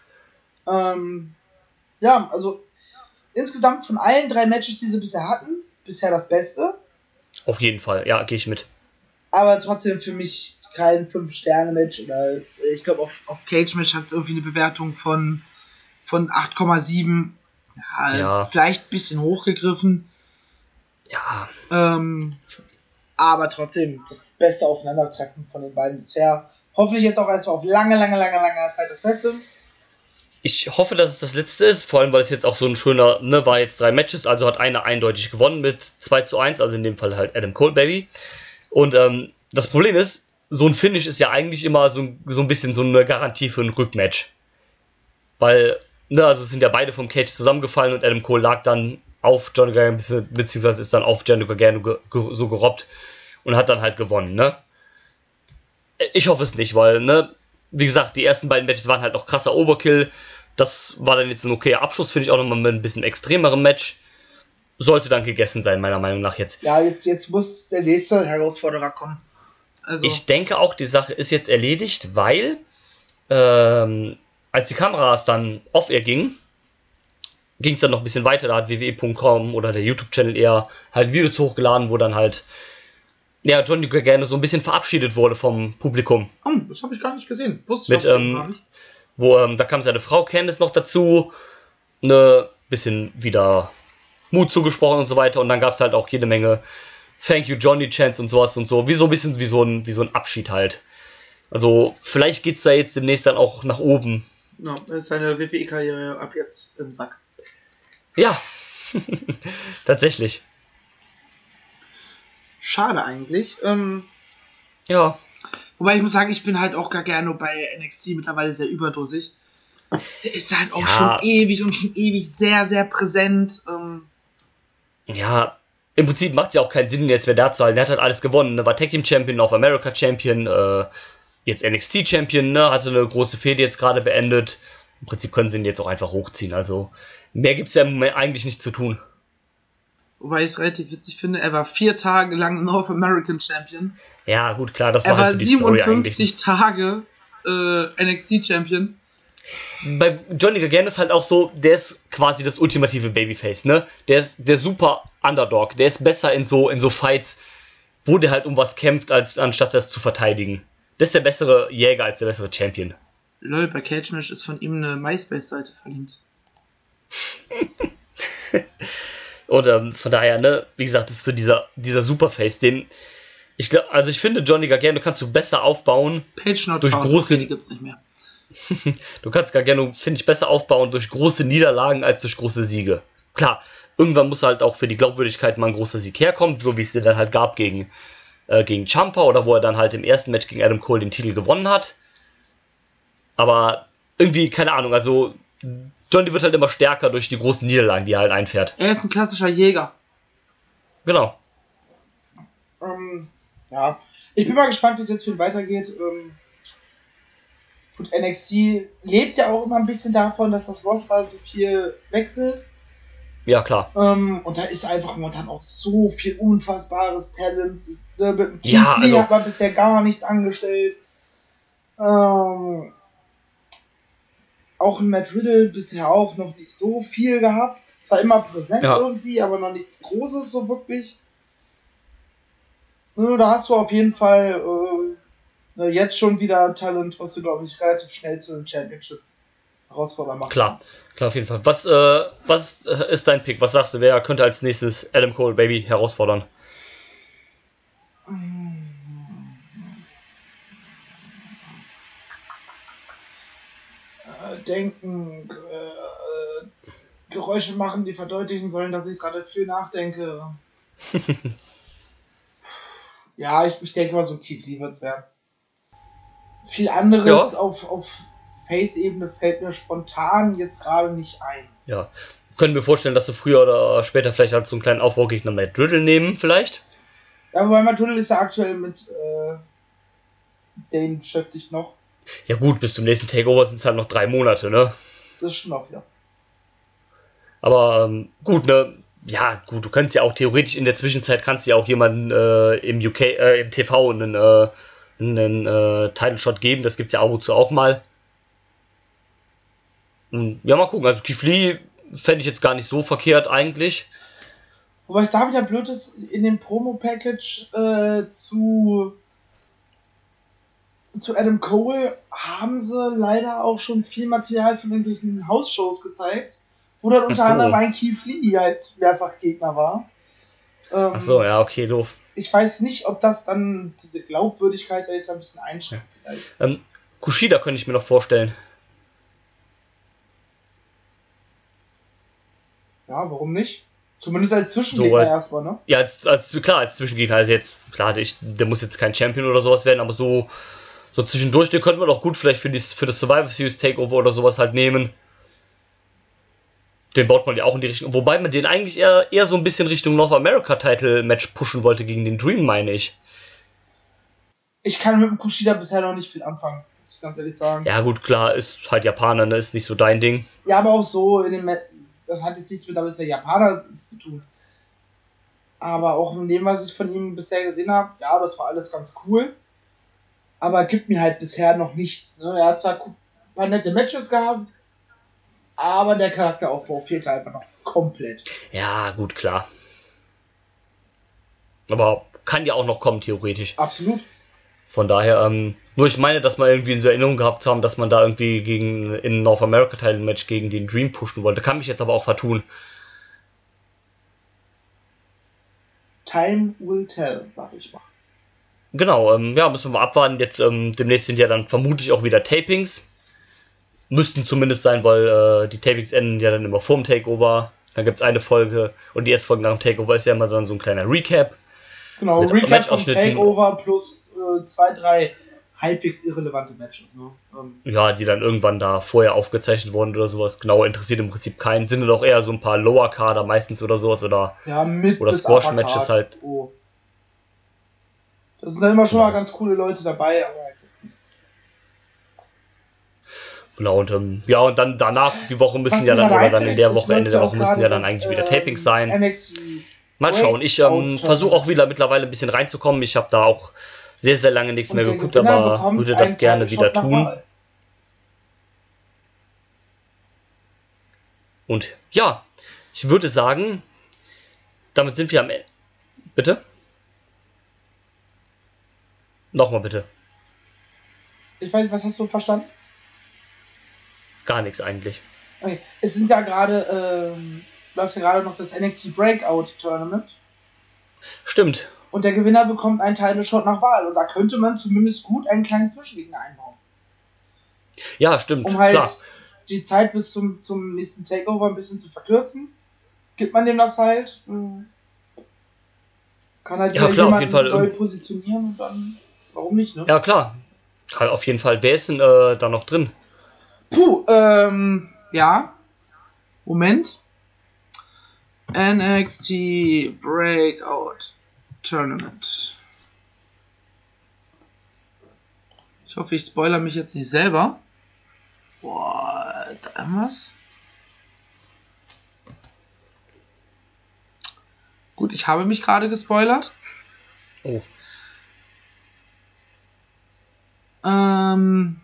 Ähm, ja, also insgesamt von allen drei Matches, die sie bisher hatten, bisher das Beste. Auf jeden Fall, ja, gehe ich mit. Aber trotzdem für mich kein fünf Sterne Match. Oder ich glaube, auf, auf Cage-Match hat es irgendwie eine Bewertung von, von acht Komma sieben. Ja, Ja. Vielleicht ein bisschen hochgegriffen. Ja. Ähm, aber trotzdem das beste Aufeinandertreffen von den beiden bisher. Hoffentlich jetzt auch erstmal auf lange, lange, lange, lange Zeit das Beste. Ich hoffe, dass es das letzte ist, vor allem, weil es jetzt auch so ein schöner, ne, war jetzt drei Matches, also hat einer eindeutig gewonnen mit zwei zu eins, also in dem Fall halt Adam Cole, Baby. Und ähm, das Problem ist, so ein Finish ist ja eigentlich immer so, so ein bisschen so eine Garantie für ein Rückmatch. Weil, ne, also es sind ja beide vom Cage zusammengefallen und Adam Cole lag dann auf Johnny Gargano, beziehungsweise ist dann auf Johnny Gargano ge- ge- so gerobbt und hat dann halt gewonnen, ne? Ich hoffe es nicht, weil, ne, wie gesagt, die ersten beiden Matches waren halt noch krasser Overkill. Das war dann jetzt ein okayer Abschluss, finde ich auch nochmal mit ein bisschen extremerem Match. Sollte dann gegessen sein, meiner Meinung nach jetzt. Ja, jetzt, jetzt muss der nächste Herausforderer kommen. Also, Ich denke auch, die Sache ist jetzt erledigt, weil ähm, als die Kameras dann off-air gingen, ging es dann noch ein bisschen weiter. Da hat W W E Punkt com oder der YouTube-Channel eher halt Videos hochgeladen, wo dann halt ja, Johnny Gargano so ein bisschen verabschiedet wurde vom Publikum. oh, das habe ich gar nicht gesehen. Wusste Mit, ich ähm, gar nicht. Wo, ähm, da kam seine Frau Candice noch dazu, ne, bisschen wieder Mut zugesprochen und so weiter. Und dann gab es halt auch jede Menge Thank you Johnny Chants und sowas und so. Wie so ein bisschen wie so ein, wie so ein Abschied halt. Also vielleicht geht's da jetzt demnächst dann auch nach oben. Ja, ist seine W W E-Karriere ab jetzt im Sack. Ja, tatsächlich. Schade eigentlich. Ähm, Ja, wobei ich muss sagen, ich bin halt auch gar gerne bei N X T mittlerweile sehr überdosig. Der ist halt auch Ja. schon ewig und schon ewig sehr, sehr präsent. Ähm, ja, im Prinzip macht es ja auch keinen Sinn, jetzt wer da zu halten. Der hat halt alles gewonnen. Ne? War Tag Team Champion, of America Champion, äh, jetzt N X T Champion, ne? Hatte eine große Fehde jetzt gerade beendet. Im Prinzip können sie ihn jetzt auch einfach hochziehen. Also mehr gibt es ja im Moment eigentlich nicht zu tun. wobei ich es relativ witzig finde, er war vier Tage lang North American Champion. Ja, gut, klar, das Er war war halt für die Story eigentlich. siebenundfünfzig Tage äh, N X T Champion. Bei Johnny Gargano ist halt auch so, der ist quasi das ultimative Babyface, ne? Der ist der super Underdog, der ist besser in so in so Fights, wo der halt um was kämpft, als anstatt das zu verteidigen. Der ist der bessere Jäger als der bessere Champion. Lol, bei Cage Match ist von ihm eine MySpace-Seite verlinkt. Und ähm, von daher, ne, wie gesagt, das ist so dieser, dieser Superface, den ich glaube, also ich finde Johnny Gargano kannst du besser aufbauen Page Not durch Found, große, okay, die gibt's nicht mehr. du kannst Gargano, finde ich, besser aufbauen durch große Niederlagen als durch große Siege. Klar, irgendwann muss halt auch für die Glaubwürdigkeit mal ein großer Sieg herkommen, so wie es dir dann halt gab gegen, äh, gegen Ciampa oder wo er dann halt im ersten Match gegen Adam Cole den Titel gewonnen hat. Aber irgendwie, keine Ahnung, also Johnny wird halt immer stärker durch die großen Niederlagen, die er halt einfährt. Er ist ein klassischer Jäger. Genau. Ähm, ja, ich bin mal gespannt, wie es jetzt für ihn weitergeht. Ähm, gut, N X T lebt ja auch immer ein bisschen davon, dass das Roster so viel wechselt. Ja, klar. Ähm, und da ist einfach momentan auch so viel unfassbares Talent. Mit dem Ja, Keith Lee also- hat man bisher gar nichts angestellt. Ähm, auch ein Matt Riddle bisher auch noch nicht so viel gehabt. Zwar immer präsent Ja. irgendwie, aber noch nichts Großes so wirklich. Nö, Da hast du auf jeden Fall äh, jetzt schon wieder Talent, was du, glaube ich, relativ schnell zu einem Championship herausfordernd machen Klar, kannst. klar, auf jeden Fall. Was, äh, was äh, ist dein Pick? Was sagst du, wer könnte als nächstes Adam Cole Baby herausfordern? Äh, denken, äh, Geräusche machen, die verdeutlichen sollen, dass ich gerade viel nachdenke. Ja, ich, ich denke mal, so ein Keith Lee wird's werden. Viel anderes Ja. auf, auf Face-Ebene fällt mir spontan jetzt gerade nicht ein. Ja. Können wir vorstellen, dass sie früher oder später vielleicht als so einen kleinen Aufbaugegner Matt Riddle nehmen, vielleicht? Ja, wobei Matt Riddle ist ja aktuell mit äh, Dane beschäftigt noch. Ja gut, bis zum nächsten Takeover sind es halt noch drei Monate, ne? Das ist schon auch wieder. Aber ähm, gut, ne? Ja, gut, du kannst ja auch theoretisch in der Zwischenzeit kannst du ja auch jemanden äh, im U K, äh, im T V einen, äh, einen äh, Title Shot geben, das gibt's ja ab und zu auch mal. Und, ja, mal gucken, also Keith Lee fände ich jetzt gar nicht so verkehrt eigentlich. Wobei es da wieder blöd ist, in dem Promo-Package äh, zu, zu Adam Cole haben sie leider auch schon viel Material von irgendwelchen House-Shows gezeigt, wo dann unter Ach so. anderem ein Keith Lee halt mehrfach Gegner war. Ähm, Ach so, ja, okay, doof. Ich weiß nicht, ob das dann diese Glaubwürdigkeit dahinter ein bisschen einschränkt. vielleicht. Ähm, Kushida könnte ich mir noch vorstellen. Ja, warum nicht? Zumindest als Zwischengegner So, äh, erstmal, ne? Ja, als, als klar, als Zwischengegner, also jetzt, klar, ich, der muss jetzt kein Champion oder sowas werden, aber so, so zwischendurch, den könnte man auch gut vielleicht für, die, für das Survivor Series Takeover oder sowas halt nehmen. Den baut man ja auch in die Richtung, wobei man den eigentlich eher, eher so ein bisschen Richtung North America Title Match pushen wollte gegen den Dream, meine ich. Ich kann mit dem Kushida bisher noch nicht viel anfangen, muss ich ganz ehrlich sagen. Ja gut, klar, ist halt Japaner, ne, ist nicht so dein Ding. Ja, aber auch so, in dem Ma- das hat jetzt nichts mit, dass er Japaner ist, zu tun. Aber auch in dem, was ich von ihm bisher gesehen habe, ja, das war alles ganz cool. Aber gibt mir halt bisher noch nichts. Ne? Er hat zwar ein paar nette Matches gehabt, aber der Charakteraufbau fehlt einfach noch komplett. Ja, gut, klar. Aber kann ja auch noch kommen, theoretisch. Absolut. Von daher, ähm, nur ich meine, dass man irgendwie in so Erinnerung gehabt haben, dass man da irgendwie gegen in North America Title Match gegen den Dream pushen wollte. Kann mich jetzt aber auch vertun. Time will tell, sag ich mal. Genau, ähm, ja, müssen wir mal abwarten. Jetzt ähm, demnächst sind ja dann vermutlich auch wieder Tapings. Müssten zumindest sein, weil äh, die Tapings enden ja dann immer vorm Takeover. Dann gibt es eine Folge und die erste Folge nach dem Takeover ist ja immer dann so ein kleiner Recap. Genau, Mit Recap vom Matchausschnitten. Takeover plus äh, zwei, drei halbwegs irrelevante Matches. Ne? Ähm, Ja, die dann irgendwann da vorher aufgezeichnet wurden oder sowas. Genau, interessiert im Prinzip keinen. Sind doch eher so ein paar Lower Kader meistens oder sowas oder ja, mit Oder bis Squash-Matches Uppercard. halt. Oh. Da sind dann immer schon Genau. mal ganz coole Leute dabei, aber halt jetzt nichts. Genau, und ähm, ja, und dann danach die Woche müssen Was ja mir dann, gerade oder dann in einfällt, der es Woche, läuft Ende der ja Woche auch müssen ja gerade dann das, eigentlich wieder ähm, Tapings sein. N X T Mal schauen, ich ähm, Breakout versuche auch wieder mittlerweile ein bisschen reinzukommen. Ich habe da auch sehr, sehr lange nichts Und mehr der geguckt, Gewinner aber bekommt würde das einen gerne Title-Shot wieder nach tun. Wahl. Und ja, ich würde sagen, damit sind wir am Ende. Bitte? Nochmal bitte. Ich weiß, was hast du verstanden? Gar nichts eigentlich. Okay. Es sind ja gerade ähm, läuft ja gerade noch das N X T Breakout Tournament. Stimmt. Und der Gewinner bekommt einen Title-Shot nach Wahl. Und da könnte man zumindest gut einen kleinen Zwischengegner einbauen. Ja, stimmt. Um halt klar. die Zeit bis zum, zum nächsten Takeover ein bisschen zu verkürzen. Gibt man dem das halt. Kann halt Ja, klar, auf jeden Fall. neu positionieren und dann, warum nicht, ne? Ja, klar. Halt auf jeden Fall. Wer ist denn äh, da noch drin? Puh, ähm, ja. Moment. N X T Breakout Tournament. Ich hoffe, ich spoilere mich jetzt nicht selber. Boah, da was? Gut, ich habe mich gerade gespoilert. Oh. Ähm,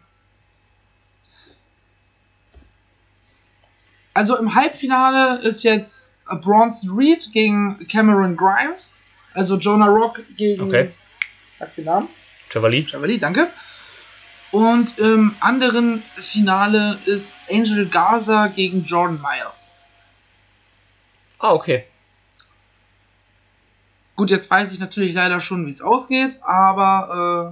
also im Halbfinale ist jetzt Bronson Reed gegen Cameron Grimes. Also Jonah Rock gegen... Okay. Sag den Namen. Trevor Lee. Trevor Lee, danke. Und im anderen Finale ist Angel Garza gegen Jordan Miles. Ah, okay. Gut, jetzt weiß ich natürlich leider schon, wie es ausgeht, aber...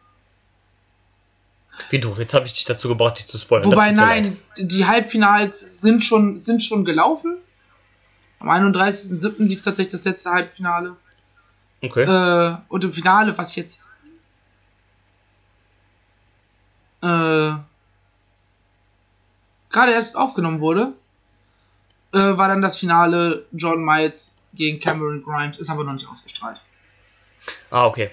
Äh, Wie du, jetzt habe ich dich dazu gebracht, dich zu spoilern. Wobei, Das tut mir nein, leid. die Halbfinals sind schon, sind schon gelaufen. Am einunddreißigsten siebten lief tatsächlich das letzte Halbfinale. Okay. Äh, und im Finale, was jetzt äh, gerade erst aufgenommen wurde, äh, war dann das Finale Jordan Miles gegen Cameron Grimes. Ist aber noch nicht ausgestrahlt. Ah, okay.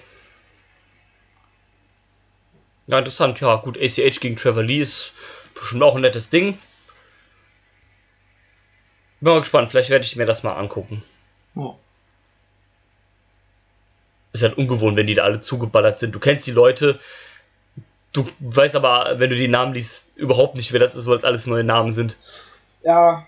Ja, interessant. Ja, gut. A C H gegen Trevor Lee ist bestimmt auch ein nettes Ding. Bin mal gespannt. Vielleicht werde ich mir das mal angucken. Oh. Ist halt ungewohnt, wenn die da alle zugeballert sind. Du kennst die Leute. Du weißt aber, wenn du die Namen liest, überhaupt nicht, wer das ist, weil es alles neue Namen sind. Ja.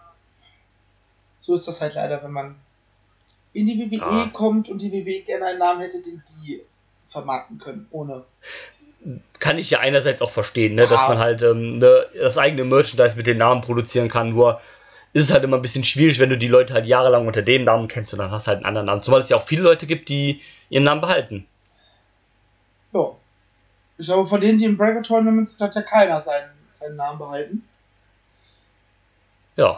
So ist das halt leider, wenn man in die W W E Ah. kommt und die W W E gerne einen Namen hätte, den die vermarkten können, ohne. Kann ich ja einerseits auch verstehen, ne, Ja. dass man halt ähm, ne, das eigene Merchandise mit den Namen produzieren kann, nur ist es halt immer ein bisschen schwierig, wenn du die Leute halt jahrelang unter dem Namen kennst und dann hast du halt einen anderen Namen. Zumal es ja auch viele Leute gibt, die ihren Namen behalten. Ja. Ich glaube, von denen, die im Bracket Tournament sind, hat ja keiner seinen, seinen Namen behalten. Ja.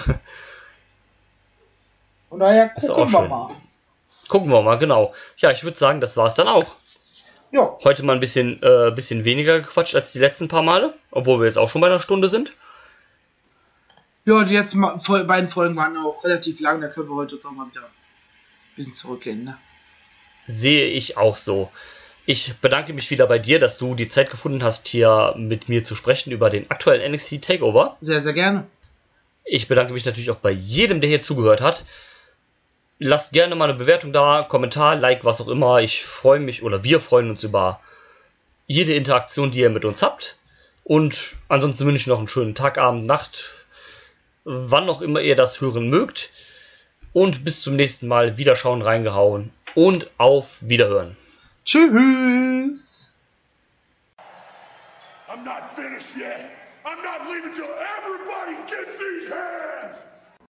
Von daher Ist gucken auch wir schön. mal. Gucken wir mal, genau. Ja, ich würde sagen, das war's dann auch. Ja, Heute mal ein bisschen, äh, bisschen weniger gequatscht als die letzten paar Male, obwohl wir jetzt auch schon bei einer Stunde sind. ja, die letzten Ma- Fol- beiden Folgen waren auch relativ lang, da können wir heute jetzt auch mal wieder ein bisschen zurückgehen, ne? Sehe ich auch so. Ich bedanke mich wieder bei dir, dass du die Zeit gefunden hast, hier mit mir zu sprechen über den aktuellen N X T Takeover. Sehr, sehr gerne. Ich bedanke mich natürlich auch bei jedem, der hier zugehört hat. Lasst gerne mal eine Bewertung da, Kommentar, Like, was auch immer. Ich freue mich oder wir freuen uns über jede Interaktion, die ihr mit uns habt. Und ansonsten wünsche ich noch einen schönen Tag, Abend, Nacht, wann auch immer ihr das hören mögt. Und bis zum nächsten Mal. Wiederschauen, reingehauen und auf Wiederhören. Tschüss. I'm not finished yet. I'm not leaving till everybody gets these hands.